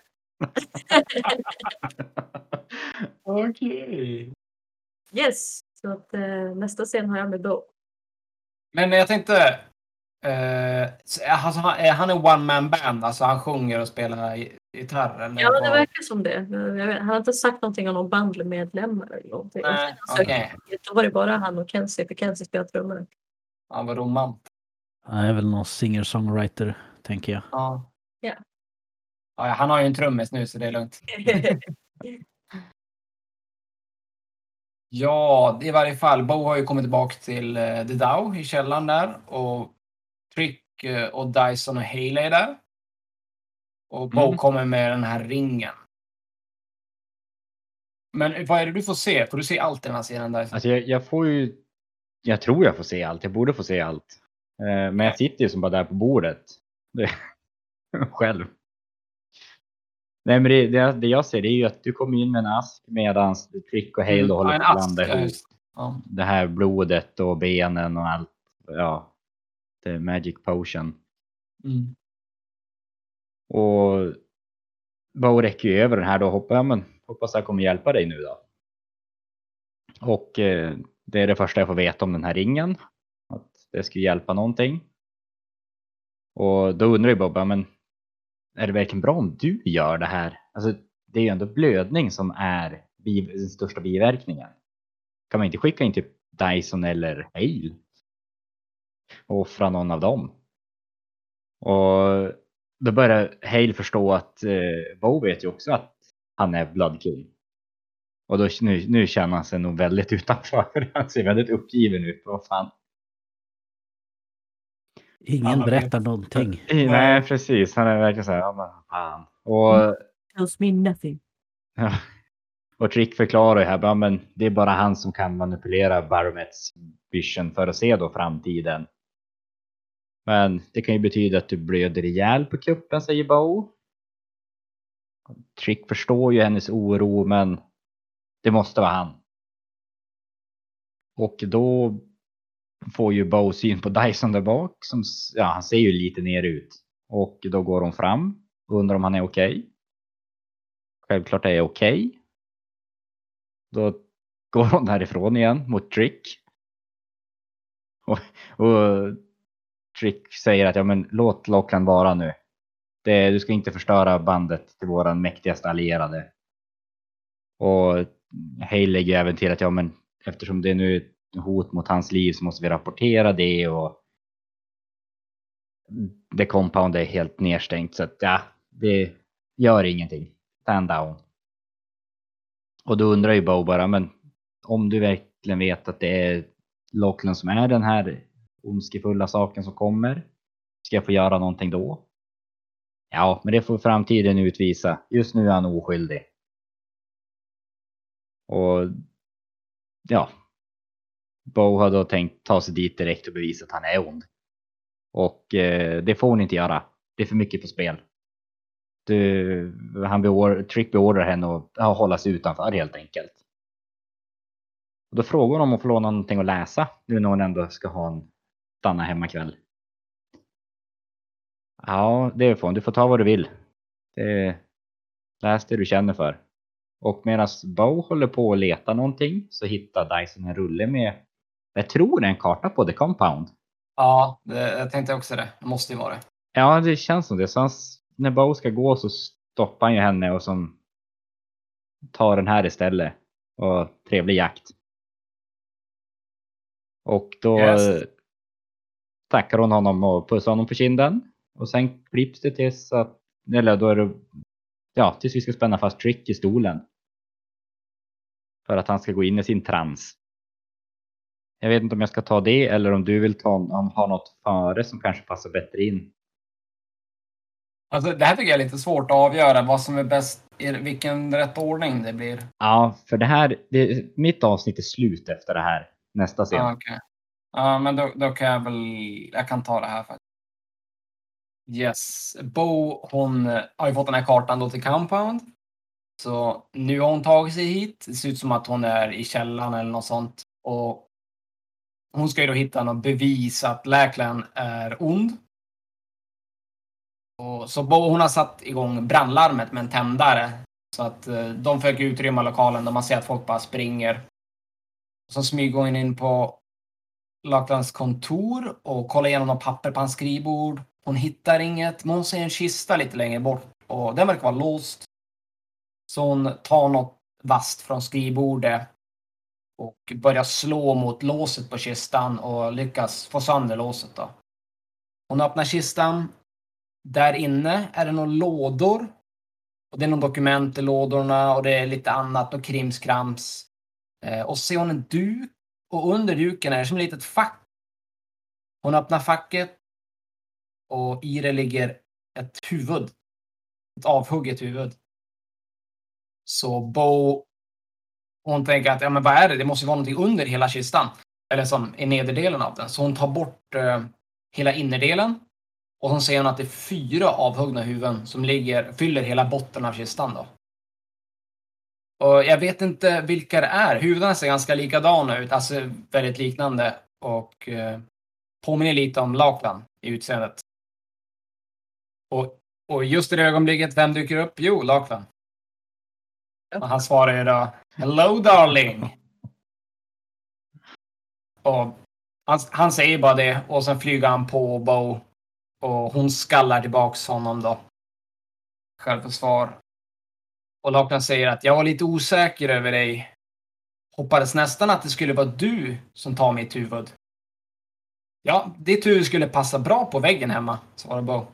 Okej. Okay. Yes. Så att eh, nästa scen har jag med då. Men jag tänkte... Uh, alltså, han, är han en one-man band? Alltså han sjunger och spelar gitarr? Eller ja, det vad? verkar som det. Jag vet, han har inte sagt någonting om någon bandmedlemmar eller någonting. Nej, okay. Då var det bara han och Kenzie, för Kenzie spelar trummor. Han var romant. Han är väl någon singer-songwriter, tänker jag. Ja. Ja. Ja, han har ju en trummis nu så det är lugnt. Ja, i varje fall. Bo har ju kommit tillbaka till uh, The Dow i källaren där. Och Trick uh, och Dyson och Haley är där. Och Bo Mm. kommer med den här ringen. Men vad är det du får se? Får du se allt i den här scenen, Dyson? Alltså jag, jag får ju... Jag tror jag får se allt. Jag borde få se allt. Eh, men jag sitter ju som bara där på bordet. Det, själv. Nej, men det, det, det jag ser det är ju att du kommer in med en ask medan Trick och Hale Mm, håller ja, på en att ask, blanda ja, ihop just. Ja. det här blodet och benen och allt. Ja, det är Magic Potion. Mm. Och Bo räcker ju över den här då. Hoppas, ja, men, hoppas jag kommer hjälpa dig nu då. Och eh, det är det första jag får veta om den här ringen. Att det skulle hjälpa någonting. Och då undrar ju Bob, ja, men är det verkligen bra om du gör det här? Alltså det är ju ändå blödning som är bi- den största biverkningen. Kan man inte skicka in till Dyson eller Hale och offra någon av dem? Och då börjar Hale förstå att eh, Bo vet ju också att han är Blood King. Och då, nu, nu känner han sig nog väldigt utanför. Han ser väldigt uppgiven ut. Vad fan? Ingen Alla berättar vet. någonting. Nej, precis. Han är verkligen så här, ja men fan. Och, Tells me nothing. ja, och Trick förklarar ju här, ja, men det är bara han som kan manipulera Baromets vision för att se då framtiden. Men det kan ju betyda att du blöder ihjäl på kuppen, säger Bo. Trick förstår ju hennes oro, men det måste vara han. Och då får ju Bo syn på Dyson där bak. Som, ja, han ser ju lite ner ut. Och då går hon fram och undrar om han är okej. Okay. Självklart är jag okej. Okay. Då går hon därifrån igen mot Trick. Och, och Trick säger att ja, men låt Lachlan vara nu. Det, du ska inte förstöra bandet till våran mäktigaste allierade. Och Hale lägger även till att ja, men eftersom det är nu ett hot mot hans liv så måste vi rapportera det. Och The Compound är helt nedstängt. Så att ja, det gör ingenting. Stand down. Och då undrar ju Bo bara, men om du verkligen vet att det är Lachlan som är den här ondskefulla saken som kommer, ska jag få göra någonting då? Ja, men det får framtiden utvisa. Just nu är han oskyldig. Och ja, Bo har då tänkt ta sig dit direkt och bevisa att han är ond. Och eh, det får hon inte göra. Det är för mycket på spel. Du, han beordrar, Trick beordrar henne att ja, hålla sig utanför helt enkelt. Och då frågar hon om hon får låna någonting att läsa. Nu när hon ändå ska ha en stanna hemma kväll. Ja, det får hon. Du får ta vad du vill. Det, läs det du känner för. Och medan Bo håller på att leta någonting så hittar Dyson en rulle med, jag tror det är en karta på The Compound. Ja, det, jag tänkte också det. Det måste ju vara det. Ja, det känns som det. Så han, när Bo ska gå så stoppar han ju henne och som tar den här istället. Och trevlig jakt. Och då Yes. tackar hon honom och pussar honom på kinden. Och sen klipps det tills att, eller då är det, ja, tills vi ska spänna fast Trick i stolen. För att han ska gå in i sin trans. Jag vet inte om jag ska ta det eller om du vill ta om har något före som kanske passar bättre in. Alltså, det här tycker jag är lite svårt att avgöra vad som är bäst, i vilken rätt ordning det blir. Ja, för det här, det, mitt avsnitt är slut efter det här. Nästa scen. Ja, okej. Ja, men då, då kan jag väl, jag kan ta det här faktiskt. Yes, Bo, hon har ju fått den här kartan då till Compound. Så nu har hon tagit sig hit. Det ser ut som att hon är i källaren eller något sånt. Och hon ska ju då hitta något bevis att Lachlan är ond. Och så Bo, hon har satt igång brandlarmet med en tändare. Så att eh, de försöker utrymma lokalen där man ser att folk bara springer. Och så smyger hon in på Lachlans kontor och kollar igenom några papper på hans skrivbord. Hon hittar inget, men hon ser en kista lite längre bort och den verkar vara låst. Så hon tar något vasst från skrivbordet och börjar slå mot låset på kistan och lyckas få sönder låset då. Hon öppnar kistan. Där inne är det några lådor Och det är någon dokument i lådorna och det är lite annat och krimskrams. Eh, och så ser hon en duk och under duken är det som ett litet fack. Hon öppnar facket och i det ligger ett huvud. Ett avhugget huvud. Så Bo, hon tänker att ja, men vad är det? Det måste vara någonting under hela kistan. Eller som är nederdelen av den. Så hon tar bort eh, hela innerdelen. Och hon ser att det är fyra avhuggna huvuden som ligger, fyller hela botten av kistan då. Och jag vet inte vilka det är. Huvudena ser ganska likadana ut. Alltså väldigt liknande. Och eh, påminner lite om Lauklan i utseendet. Och, och just i det ögonblicket, vem dyker upp? Jo, Lauklan. Och han svarar ju då, hello darling. Och han, han säger bara det. Och sen flyger han på Bo. Och hon skallar tillbaks honom då. Självförsvar. Och Lauklan säger att jag var lite osäker över dig. Hoppades nästan att det skulle vara du som tar mitt huvud. Ja, ditt huvud skulle passa bra på väggen hemma, svarar Bo.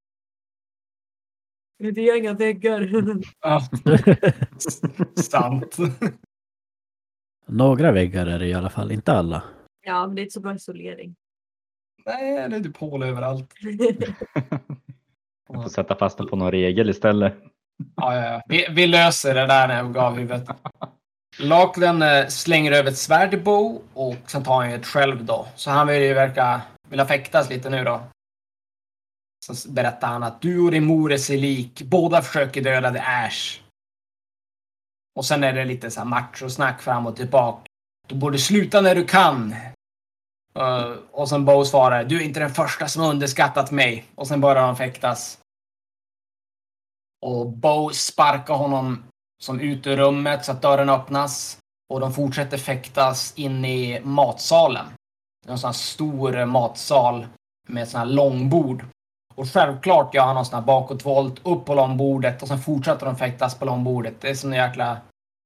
Det är inga väggar. Ja. Sant. Några väggar är det i alla fall, inte alla. Ja, men det är inte så bra isolering. Nej, det är typ hål överallt. Jag får sätta fast den på någon regel istället. Ja, ja, ja. Vi, vi löser det där när jag gav huvudet. Lauklan eh, slänger över ett svärd till Bo och sen tar han ju ett själv då. Så han vill ju verka vilja fäktas lite nu då. Så berättar han att du och din mor är sig lik. Båda försöker döda The Ash. Och sen är det lite så här macho-snack fram och tillbaka. Du borde sluta när du kan. Uh, och sen Bo svarar, du är inte den första som har underskattat mig. Och sen börjar de fäktas. Och Bo sparkar honom som ut ur rummet så att dörren öppnas. Och de fortsätter fäktas in i matsalen. Det är en sån här stor matsal med ett sån här långbord. Och självklart gör han någon sån här bakåtvolt upp på långbordet. Och sen fortsätter de fäktas på långbordet. Det är som en jäkla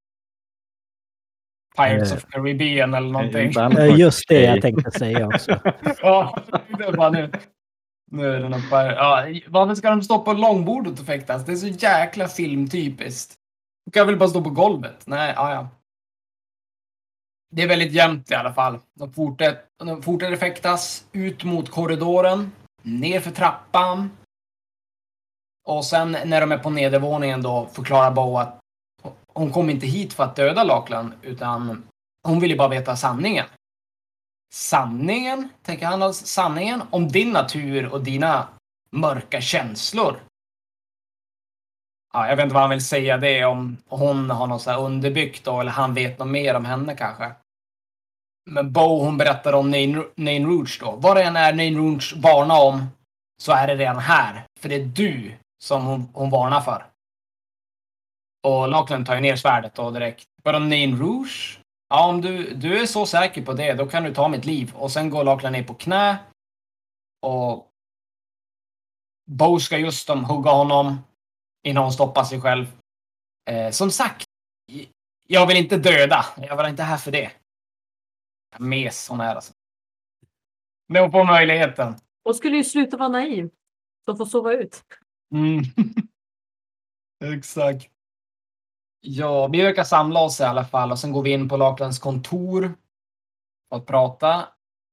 Pirates of Caribbean eller någonting. Just det jag tänkte säga också. Ja, det är bara nu. Nu är det något bara, ja, varför ska de stå på långbordet och fäktas? Det är så jäkla filmtypiskt. Du kan väl bara stå på golvet? Nej, ja, ja. Det är väldigt jämnt i alla fall. De fortsätter, de fortsätter fäktas ut mot korridoren. Ner för trappan. Och sen när de är på nedervåningen då förklarar Bo att hon kom inte hit för att döda Lauklan, utan hon ville bara veta sanningen. Sanningen, tänker han alltså, sanningen om din natur och dina mörka känslor. Ja, jag vet inte vad han vill säga det, om hon har något så här underbyggt då, eller han vet något mer om henne kanske. Men Bo, hon berättar om Nain Rouge då. Vad det än är Nain Rouge varnar om, så är det redan här. För det är du som hon, hon varnar för. Och Lauklan tar ju ner svärdet då direkt. Bara Nain Rouge? Ja, om du, du är så säker på det, då kan du ta mitt liv. Och sen går Lauklan ner på knä. Och Bo ska just om hugga honom innan hon stoppar sig själv. Eh, som sagt, jag vill inte döda. Jag var inte här för det. Mes hon är alltså. Men hon får möjligheten. Hon skulle ju sluta vara naiv. Så får sova ut. Mm. Exakt. Ja, vi verkar samla oss i alla fall. Och sen går vi in på Lauklans kontor. För att prata.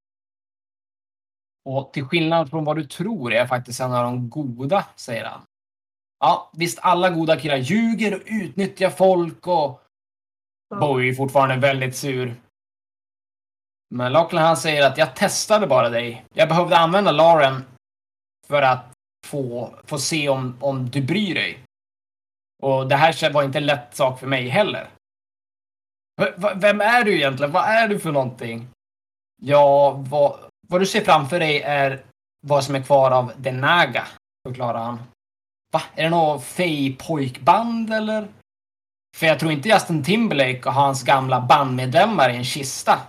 Och till skillnad från vad du tror är jag faktiskt en av de goda, säger han. Ja, visst alla goda killar ljuger och utnyttjar folk. Och Ja. Bo är fortfarande väldigt sur. Men Lauklan han säger att jag testade bara dig. Jag behövde använda Lauren för att få, få se om, om du bryr dig. Och det här var inte en lätt sak för mig heller. V- v- vem är du egentligen? Vad är du för någonting? Ja, vad, vad du ser framför dig är vad som är kvar av Denaga, förklarar han. Va? Är det något fej-pojkband eller? För jag tror inte Justin Timberlake och hans gamla bandmedlemmar i en kista.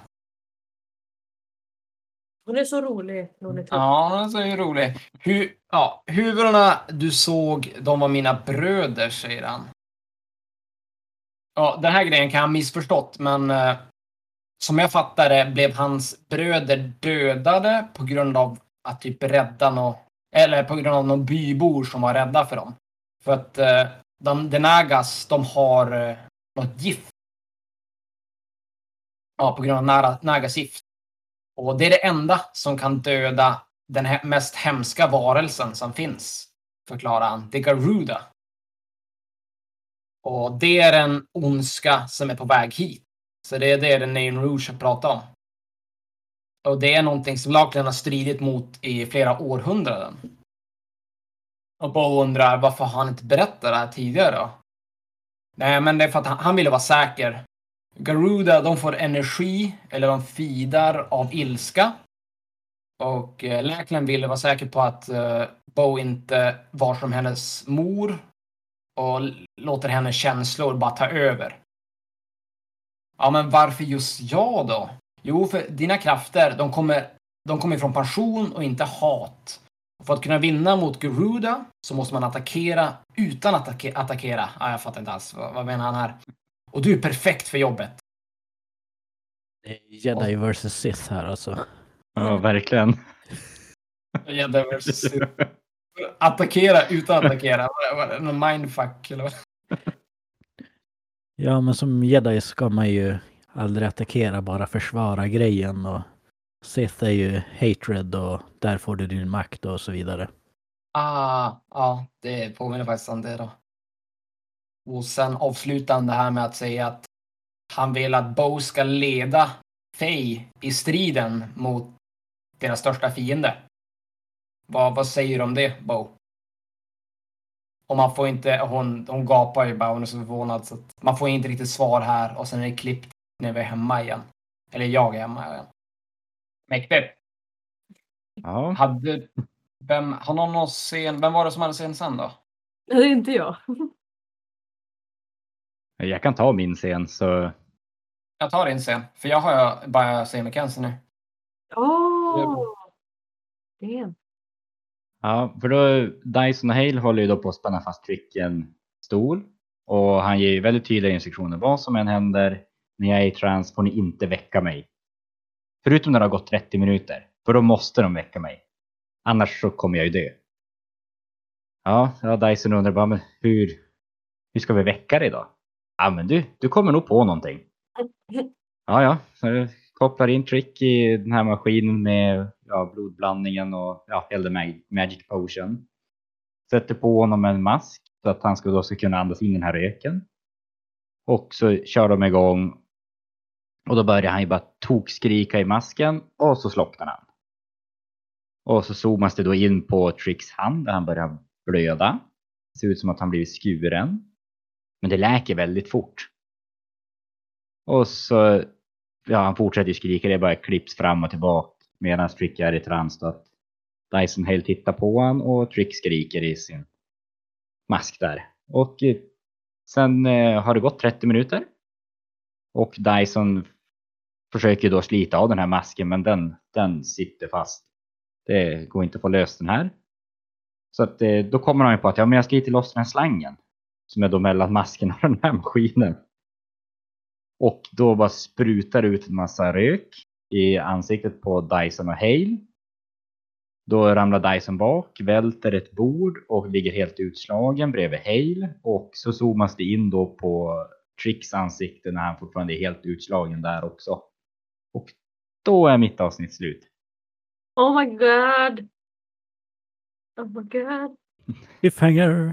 Hon är så rolig. Hon är Ja, så är det roligt. Hu- ja, huvudena du såg, de var mina bröder, säger han. Ja, den här grejen kan jag ha missförstått, men eh, som jag fattar det blev hans bröder dödade på grund av att typ rädda nå eller på grund av någon bybor som var rädda för dem. För att eh, de, de Nagas, de har eh, något gift. Ja, på grund av Nara, Nagas gift. Och det är det enda som kan döda den he- mest hemska varelsen som finns, förklarar han. Det är Garuda. Och det är en ondska som är på väg hit. Så det är det den Name Rouge har pratat om. Och det är någonting som lagligen har stridit mot i flera århundraden. Och Bo undrar varför han inte berättat det här tidigare då? Nej, men det är för att han, han ville vara säker. Garuda, de får energi, eller de fidar av ilska. Och eh, läkaren ville vara säker på att eh, Bo inte var som hennes mor. Och l- låter hennes känslor bara ta över. Ja, men varför just jag då? Jo, för dina krafter, de kommer, de kommer från passion och inte hat. Och för att kunna vinna mot Garuda så måste man attackera utan att attacke- attackera. Ja, jag fattar inte alls. Vad, vad menar han här? Och du är perfekt för jobbet. Det är Jedi versus Sith här alltså. Ja, verkligen. Jedi versus Sith. Attackera utan att attackera. Var det någon mindfuck eller vad? Ja, men som Jedi ska man ju aldrig attackera, bara försvara grejen. Och Sith är ju hatred och där får du din makt och så vidare. Ah, ja, det påminner faktiskt om det då. Och sen avslutar han det här med att säga att han vill att Bo ska leda Faye i striden mot deras största fiende. Vad, vad säger du om det, Bo? Och man får inte, hon, hon gapar ju bara, hon är så förvånad så att man får inte riktigt svar här och sen är det klippt när vi är hemma igen. Eller jag är hemma igen. Mäktigt. Ja. Hade, vem, har någon någon scen, vem var det som hade scen sen då? Det är inte jag. Jag kan ta min scen så Jag tar din scen, för jag har bara scen med Kenzie nu. Åh! Det. ja, för då Dyson och Hale håller ju då på att spänna fast Trick i en stol. Och han ger ju väldigt tydliga instruktioner. Vad som än händer när jag är i trans får ni inte väcka mig. Förutom när det har gått trettio minuter. För då måste de väcka mig. Annars så kommer jag ju dö. Ja, ja Dyson undrar bara, men hur, hur ska vi väcka dig då? Ja, men du, du kommer nog på någonting. Ja, ja. Så jag kopplar in Trick i den här maskinen med ja, blodblandningen och ja, hällde mag- magic potion. Sätter på honom en mask så att han ska då ska kunna andas in den här röken. Och så kör de igång. Och då börjar han ju bara tokskrika i masken och så slocknar han. Och så zoomas det då in på Tricks hand där han börjar blöda. Det ser ut som att han blivit skuren. Men det läker väldigt fort. Och så, ja, han fortsätter ju skrika, det är bara klipps fram och tillbaka medan Trick är i trans då att Dyson helt tittar på han och Trick skriker i sin mask där. Och eh, sen eh, har det gått trettio minuter. Och Dyson försöker då slita av den här masken, men den, den sitter fast. Det går inte att få löst den här. Så att eh, då kommer han ju på att ja, men jag ska slita loss den här slangen. Som är då mellan masken och den här maskinen. Och då bara sprutar ut en massa rök i ansiktet på Dyson och Hale. Då ramlar Dyson bak, välter ett bord och ligger helt utslagen bredvid Hale. Och så zoomas det in då på Tricks ansikte när han fortfarande är helt utslagen där också. Och då är mitt avsnitt slut. Oh my god! Oh my god! Cliffhanger!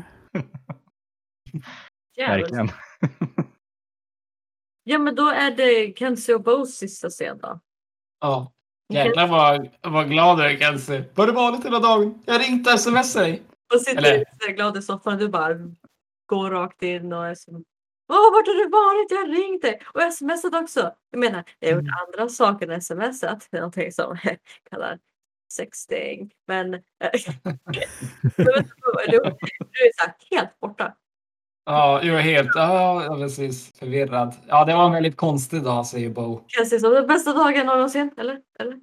Jävlar. Verkligen. Ja, men då är det Kenzie och Bo's sista scen då. Ja. Jäklar vad, vad glad jag är, Kenzie. Var det vanligt hela dagen? Jag ringde och smsade dig. Och sitter Eller- så glad i soffan och du bara går rakt in och är som åh, vart har du varit? Jag har ringt dig. Och jag smsat också. Jag menar, jag har gjort andra saker än smsat. Någonting som jag kallar sexting. Men äh, du, du är så här helt borta. Ja, jag är helt ja, ja, precis förvirrad. Ja, det var en väldigt konstig dag, säger Bo. Kan jag se som den bästa dagen någonsin? Eller? Eller?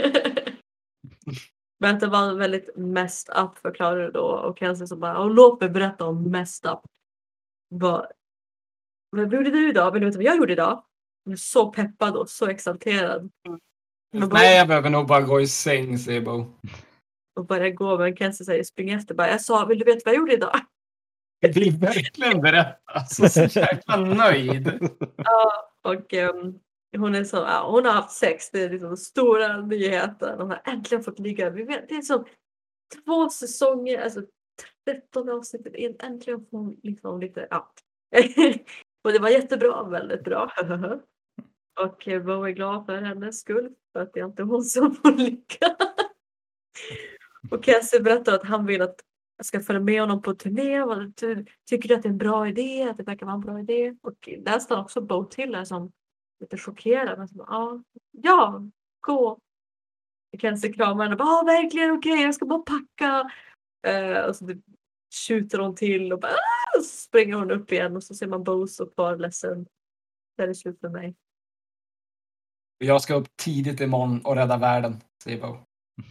Men det var väldigt messed up, förklarar du då. Och Kenzie så bara, och låt mig berätta om messed up. Vad, vad gjorde du idag? Vill du veta vad jag gjorde idag? Jag är så peppad och så exalterad. Men bara- Nej, jag behöver nog bara gå i säng, säger Bo. Och börjar gå, men Kenzie säger spring efter. Bara, jag sa, vill du veta vad jag gjorde idag? Jag vill verkligen berätta. Alltså, så jäkla nöjd. Ja, och um, hon är så, ja, hon har haft sex, det är liksom stora nyheter. Hon har äntligen fått ligga. Vi vet, det är som två säsonger, alltså tretton avsnitt in. Äntligen får hon liksom lite, ja. Och det var jättebra, väldigt bra. Och Bo är glad för hennes skull, för att det är inte hon som får ligga. Och Cassie berättar att han vill att jag ska följa med honom på turné. Tycker du att det är en bra idé? Att det verkar vara en bra idé? Och där står också Bo till där som lite chockerad. Men som, ja, ja, gå. Cassie kramar henne och bara, ja, verkligen okej, okay, jag ska bara packa. Uh, och så typ skjuter hon till och bara, ah! Så springer hon upp igen och så ser man Bo stå kvar ledsen. Det är slut för mig. Jag ska upp tidigt imorgon och rädda världen, säger Bo.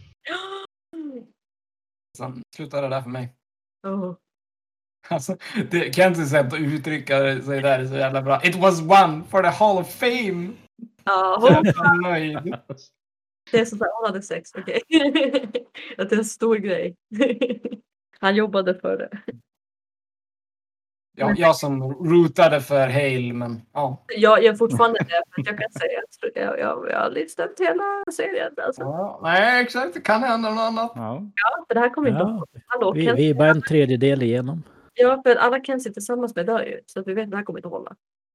Sen slutar det där för mig. Oh. Alltså, det kan inte sätt att uttrycka sig där är så jävla bra. It was one for the Hall of Fame. Ja, Så hon, jag är nöjd. det är sånt där, hon hade sex, okej. Okay. Att det är en stor grej. Han jobbade för det. Ja, jag som rootade för Hale, men ja. Jag är fortfarande det, för jag kan säga att jag, jag, jag har listat hela serien. Alltså. Ja, nej, exakt. Det kan hända något annat. Ja. Ja, för det här kommer inte Ja, att... Hallå, vi, Ken- vi är bara en tredjedel igenom. Ja, för alla kan sitta tillsammans med dör ju. Så att vi vet att det här kommer inte att hålla.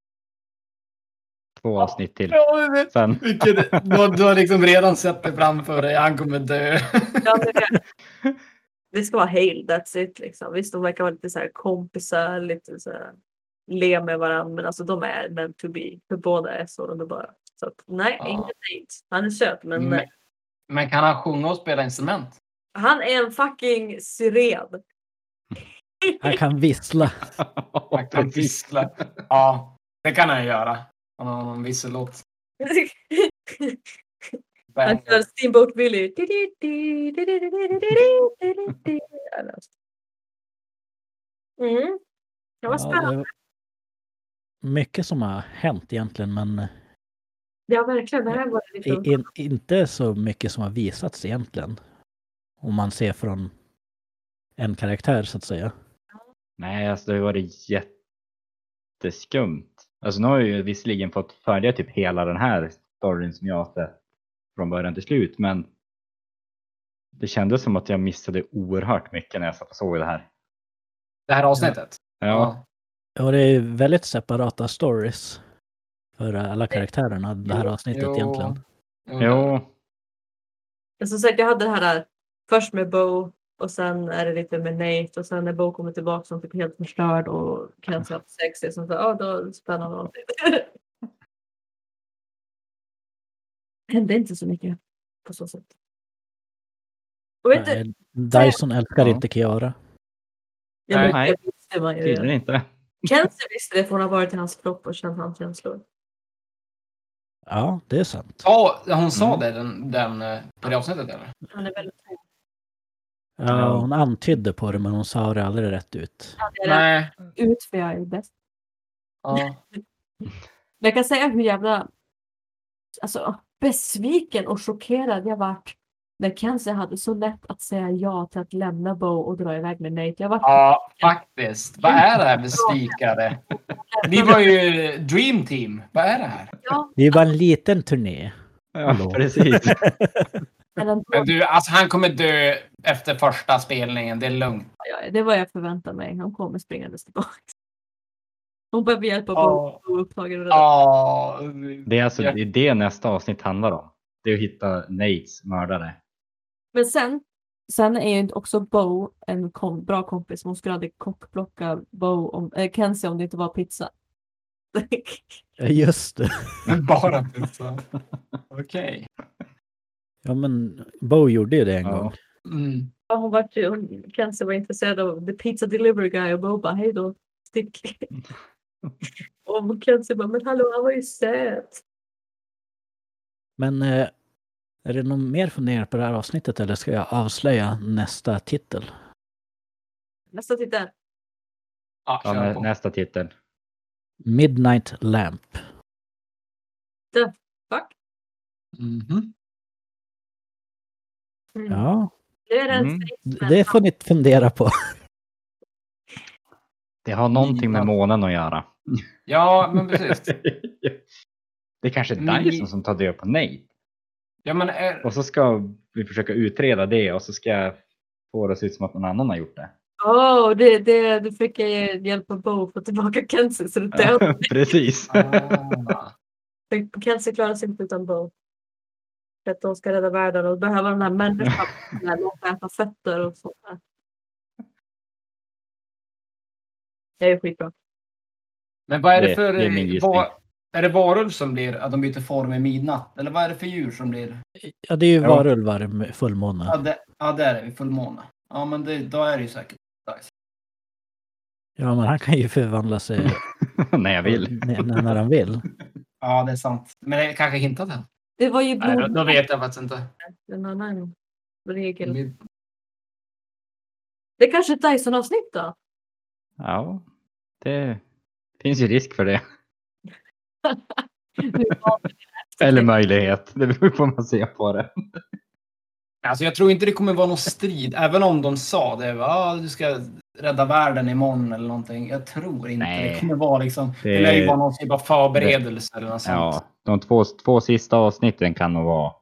Två avsnitt till. Ja, det, Sen. vilket, du, du har liksom redan sett det framför dig. Han kommer dö. Ja, men det, det ska vara Hale, that's it liksom. Visst, de verkar vara lite så här kompisar, lite så här le med varandra. Men alltså de är meant to be. För båda är så underbara. Så att, nej, Ja. inte dejt. Han är söt, men Men, nej. men kan han sjunga och spela instrument? Han är en fucking syren. Han kan vissla. Han kan vissla. Ja, det kan han göra. Han har någon vissellåt. Han kör Steamboat Willie. Mm. Det var Ja, spännande. det är mycket som har hänt egentligen, men Ja, verkligen. Det här var lite... i, in, inte så mycket som har visats egentligen. Om man ser från en karaktär så att säga. Nej, alltså det har varit jätteskumt. Alltså nu har jag ju visserligen fått följa typ hela den här storyn som jag har sett från början till slut, men det kändes som att jag missade oerhört mycket när jag satt och såg det här. Det här avsnittet? Ja, Och det är väldigt separata stories för alla karaktärerna, det här Jo, avsnittet jo. egentligen. jo. Som sagt, jag hade det här där, först med Bo och sen är det lite med Nate och sen när Bo kommer tillbaka som typ helt förstörd och kan säga sexy som så, ja, då är det spännande avsnitt. Det hände inte så mycket på så sätt. Och vet du, Nej, Dyson älskar Ja. inte Kiara. ja, men Nej. det visste man ju. Tydligen inte. Kenzie visste det för hon har varit i hans kropp och känt hans känslor. Ja, det är sant. Ja, hon sa Mm. det den, den, eh, på det avsnittet, eller? Han är väldigt trevlig. Ja, hon antydde på det, men hon sa det aldrig rätt ut. Ja, det är Nej. ut för jag är bäst. Ja. Men jag kan säga hur jävla alltså, besviken och chockerad jag vart när Kenzie hade så lätt att säga ja till att lämna Bo och dra iväg med Nate. Jag var Ja, faktiskt. Vad är det här med svikare? Ni var ju Dream Team. Vad är det här? ja, Det är bara en liten turné. Ja, Hallå. precis. men ändå, Men du, alltså han kommer dö efter första spelningen. Det är lugnt. ja, det var jag förväntade mig. Han kommer springandes tillbaka. Hon behöver hjälpa Bo Ja. och upptagen och Ja. Det är alltså det, är det nästa avsnitt handlar om. Det är att hitta Nates mördare. Men sen, sen är ju också Bo en kom, bra kompis. Hon skulle aldrig kockblocka Bo om, äh, Kenzie om det inte var pizza. Ja, just det. Men bara pizza. Okej. Ja, men Bo gjorde ju det en Ja. gång. Mm. Ja, hon var ju, hon, Kenzie var intresserad av the pizza delivery guy och Bo bara, hej då, stick. Och Kenzie bara, men hallå, han var ju söt. Men eh, är det någon mer funderingar på det här avsnittet eller ska jag avslöja nästa titel? Nästa titel. Ja, Ja, kör nä, på. nästa titel. Midnight Lamp. Fuck. Mhm. Mm. Ja, Det är den Mm. mm. det får ni fundera på. Det har någonting med Midnatt. månen att göra. Ja, men precis. Det är kanske Mi- Dyson som tar död på Nate. Ja, men är, Och så ska vi försöka utreda det och så ska jag få det att se ut som att någon annan har gjort det. Åh, oh, det, det, du fick jag hjälpa Bo att få tillbaka Kenzie så det död. Ja, precis. ah, Kenzie klarar sig inte utan Bo. För att de ska rädda världen och behöver den här människan när de får äta fötter och sånt där. Det är skitbra. men vad är det, Det- för... det är min gissning. vad, är det varulv som blir att de byter form i midnatt? Eller vad är det för djur som blir... Ja, det är ju Ja. varulvar med fullmåne. Ja, det, ja, det är det. Vid fullmåne. Ja, men det, då är det ju säkert Dyson. Ja, men han kan ju förvandla sig När jag vill. när, när han vill. Ja, det är sant. Men det kanske hintat än. Det var ju Nej, då, blod. då vet jag faktiskt inte. En annan regel. Mid- Det är kanske ett Dyson-avsnitt då? Ja, det finns ju risk för det. Eller möjlighet. Det beror på hur man ser på det. Alltså jag tror inte det kommer vara någon strid. Även om de sa det. Ah, du ska rädda världen imorgon eller någonting. Jag tror inte Nej. det kommer vara liksom... Det, Det- lär ju vara någon typ av förberedelse eller något sånt. Ja, de två, två sista avsnitten kan nog vara.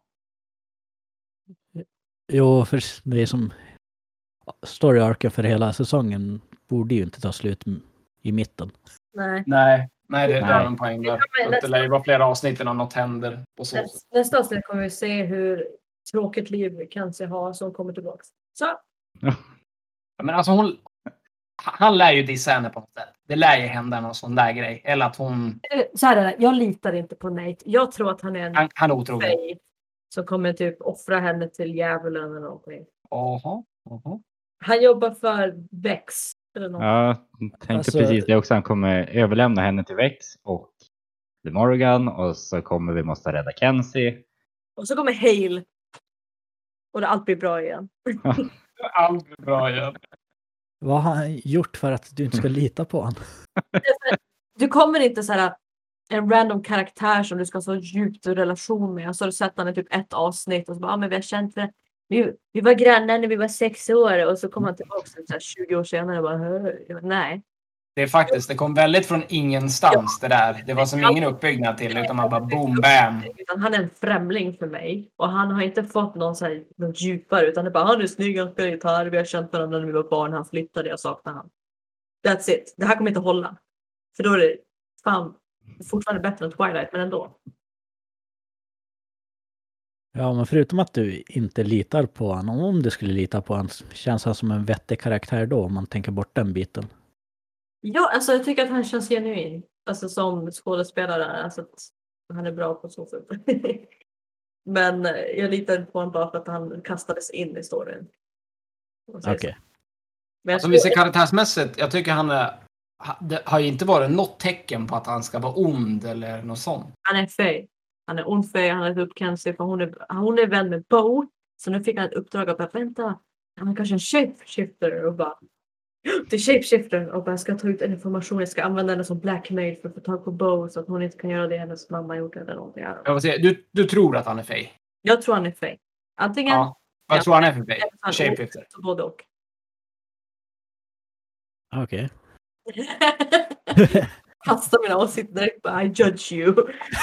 Jo, för det är som story-arken för hela säsongen borde ju inte ta slut m- i mitten. Nej. Nej, nej det är Nej. en poäng där. Ja, men Att det lär ju vara flera avsnitt innan något händer. Och så. Nästa, nästa avsnitt kommer vi se hur tråkigt liv Kenzie har som kommer tillbaka. Så. Men alltså hon... Han lär ju dissa henne på något sätt. Det lär ju hända någon sån där grej. Eller att hon... Eh, Så här är det. Jag litar inte på Nate. Jag tror att han är en Han, han är otrolig. fej som kommer typ offra henne till djävulen eller någonting. Jaha. Jaha. Han jobbar för Vex eller något. Ja, jag tänkte Alltså- precis det också. Han kommer överlämna henne till Vex och The Morgan. Och så kommer vi måste rädda Kenzie. Och så kommer Hale. Och det allt blir bra igen. Allt är bra igen. Vad har han gjort för att du inte ska lita på honom? Du kommer inte så här en random karaktär som du ska ha så djupt relation med. Så har du sett han i typ ett avsnitt och så bara, ah, men vi har känt för vi, vi var grannar när vi var sex år och så kom han tillbaka så här tjugo år senare och bara, "Hö?" Jag bara, nej. Det är faktiskt, det kom väldigt från ingenstans det där. Det var som ingen uppbyggnad till utan man bara boom bam. Utan han är en främling för mig och han har inte fått någon så här, något djupare utan det är bara, han är snygg, han spelar gitarr, vi har känt varandra när vi var barn, han flyttade, jag saknar han. That's it. Det här kommer inte hålla. För då är det fan fortfarande bättre än Twilight, men ändå. Ja, men förutom att du inte litar på honom, om du skulle lita på honom, känns han som en vettig karaktär då om man tänker bort den biten. Ja, alltså jag tycker att han känns genuin. Alltså som skådespelare. Alltså att han är bra på så sätt. Men eh, jag litar inte på honom bara för att han kastades in i storyn. Om man Okej. säger så. Men jag Alltså vi ser tror- karaktärsmässigt, jag tycker han är... ha- Det har ju inte varit något tecken på att han ska vara ond eller något sånt. han är fej. Han är ond fej, han har upp Kenzie för hon är, hon är vän med Bo. Så nu fick han ett uppdrag att bara, vänta, han är kanske en shapeshifter och bara, det är shapeshifter och bara, jag ska ta ut information, jag ska använda henne som blackmail för att få tag på Bo så att hon inte kan göra det hennes mamma gjorde eller någonting. Jag vill säga, du, du tror att han är fej? Jag tror han är fej. Antingen Ja. Vad Ja. tror han är för fej? eller han är Shapeshifter. ond, både och. Okej. Kasta mina åsikter direkt bara, I judge you.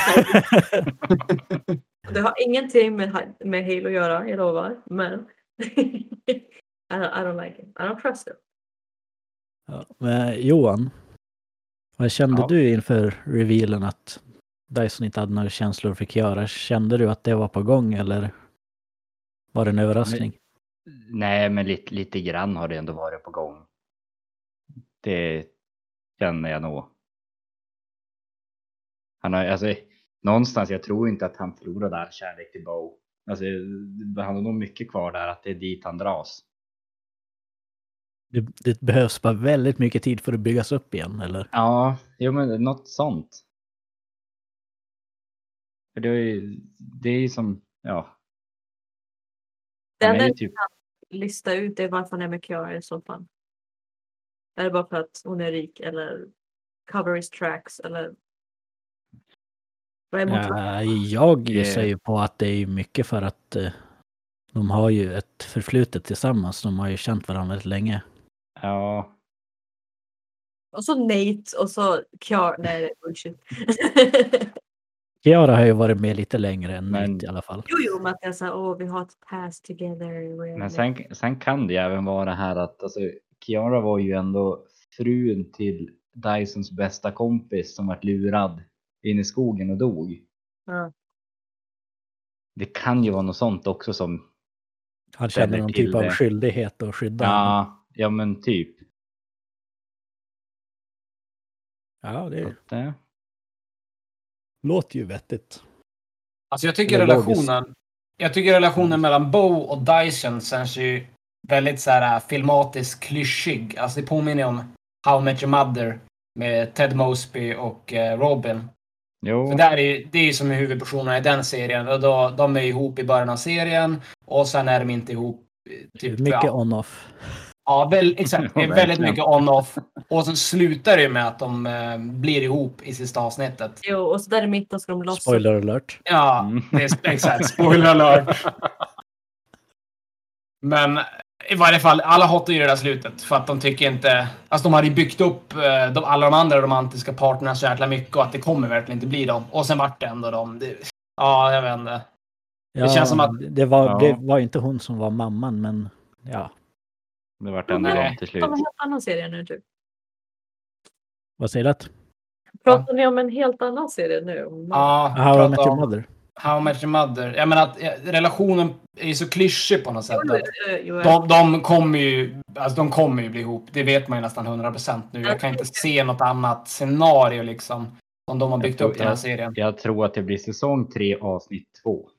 Det har ingenting med, med Halo att göra, jag lovar. Men I, don't, I don't like it. I don't trust it. Ja, men Johan, vad kände Ja. du inför revealen att Dyson inte hade några känslor för Kiara? Kände du att det var på gång eller var det en överraskning? Nej, men lite, lite grann har det ändå varit på gång. Det känner jag nog. Han har, alltså, någonstans, jag tror inte att han förlorade all kärlek till Bo. Alltså, han har nog mycket kvar där, att det är dit han dras. Det, det behövs bara väldigt mycket tid för att byggas upp igen, eller? Ja, jo, men något sånt. För det är ju, det är ju som, ja. Det Han enda är ju jag typ, kan lista ut är varför han är med Kiara i så fall. Är det bara för att hon är rik eller cover his tracks eller vad är motivationen? Ja, jag Eh. gissar ju på att det är mycket för att eh, de har ju ett förflutet tillsammans. De har ju känt varandra väldigt länge. ja. Och så Nate och så Kiara. Nej, det är bullshit. Kiara har ju varit med lite längre än Men- Nate i alla fall. Jo, jo, men att jag sa, åh, vi har ett past together. Men sen, sen kan det ju även vara här att alltså, Kiara var ju ändå frun till Dysons bästa kompis som vart lurad in i skogen och dog. Ja. Det kan ju vara något sånt också som... Han känner ställer någon till typ av det. skyldighet att skydda henne. Ja, ja men typ. Ja, det Så att, eh, låter ju vettigt. Alltså jag tycker Det är relationen, jag tycker relationen mellan Bo och Dyson känns ju väldigt så här filmatiskt klyschig. Alltså det påminner om How I Met Your Mother med Ted Mosby och eh, Robin. jo, För där är, det är ju som är huvudpersonerna i den serien. Och då, de är ihop i början av serien och sen är de inte ihop. eh, Typ, Mycket ja, on-off. ja väl, exakt. Det är Ja, väldigt verkligen. mycket on-off. Och sen slutar det ju med att de eh, blir ihop i sista avsnittet. Jo, och så där i mitten ska de lossa. Spoiler alert. Ja, Mm. det är exakt. Spoiler alert. Men i varje fall, alla hatar ju det där slutet. För att de tycker inte... Alltså de hade ju byggt upp eh, de, alla de andra romantiska partnerna så jäkla mycket. Och att det kommer verkligen inte bli dem. Och sen vart det ändå dem. Det, ja, jag vet inte. Ja, känns som att- det var, Ja. det var inte hon som var mamman, men ja. det vart ändå Nej. dem till Det slut. var en helt annan serie nu, typ. Vad säger du? att- Pratar ni om en helt annan serie nu? Om- Ja, How I prata Met Your om Mother. How I Met Your Mother. Jag menar att eh, relationen är ju så klyschig på något sätt. Jo, Att jo, jo, de, de kommer ju... Alltså de kommer ju bli ihop. Det vet man ju nästan hundra procent nu. Jag kan inte se något annat scenario liksom. Som de har byggt Jag upp tror- den här serien. Jag tror att det blir säsong tre avsnitt två.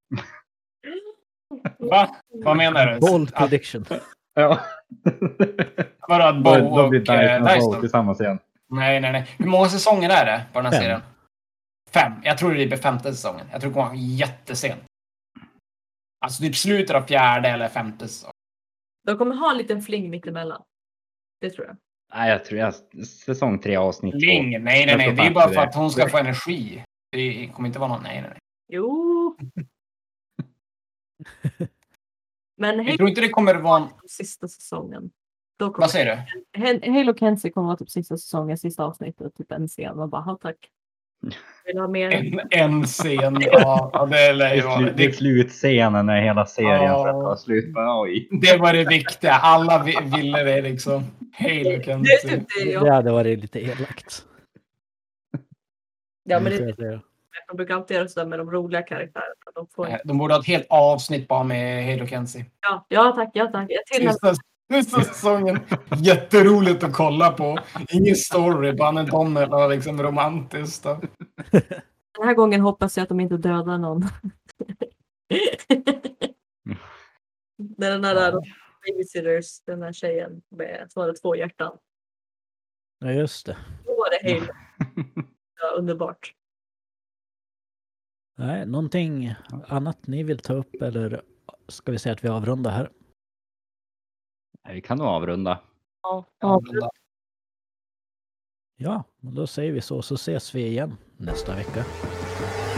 Va? Vad menar du? Bold Att, prediction. Ja. vadå att Bo Då, då och blir eh, Dyson och Bo Dyson? tillsammans igen. Nej, nej, nej. Hur många säsonger är det på den här Fem. serien? Fem. Jag tror det blir femte säsongen. Jag tror det kommer vara jättesent. Alltså typ slutet av fjärde eller femte säsong. De kommer ha en liten fling mittemellan. Det tror jag. Nej, jag tror jag säsong tre avsnitt två. Ling. Nej, nej, Jag nej. står Det är fast bara vid för det. att hon ska få energi. Det kommer inte vara någon... Nej, nej, nej. Jo. Men Jag Halo tror inte det kommer vara en... sista säsongen. Då kommer Vad säger du? Hen- Halo Kenzie kommer vara typ sista säsongen, sista avsnittet, typ en scen. Man bara, ja tack. Vill ha mer? En, en scen. Ja, ja, det lär Det ju är, vara... slu, det är Det, slutscenen när hela serien Ja. för att ta slut. Men, oj. det var det viktiga. Alla vi- ville det liksom. Halo Det är Kenzie. typ det Det jag... hade varit lite elakt. Ja, men måste det, jag säga. de brukar alltid göra sådär med de roliga karaktärerna. De får... Eh, De borde ha ett helt avsnitt bara med Halo Kenzie. ja, ja, tack, ja, tack. Jag till Sista, sista säsongen. Jätteroligt att kolla på. Ingen story, bara en Donald och liksom romantiskt. Då. Den här gången hoppas jag att de inte dödar någon. Det är den här Ja. babysitters, den här tjejen med, som hade två hjärtan. Ja, just det. Då var det Halo. Ja, underbart. Nej, någonting annat ni vill ta upp eller ska vi säga att vi avrundar här? Nej, vi kan nog avrunda. Ja, Ja, ja. Ja, men då säger vi så, så ses vi igen nästa vecka.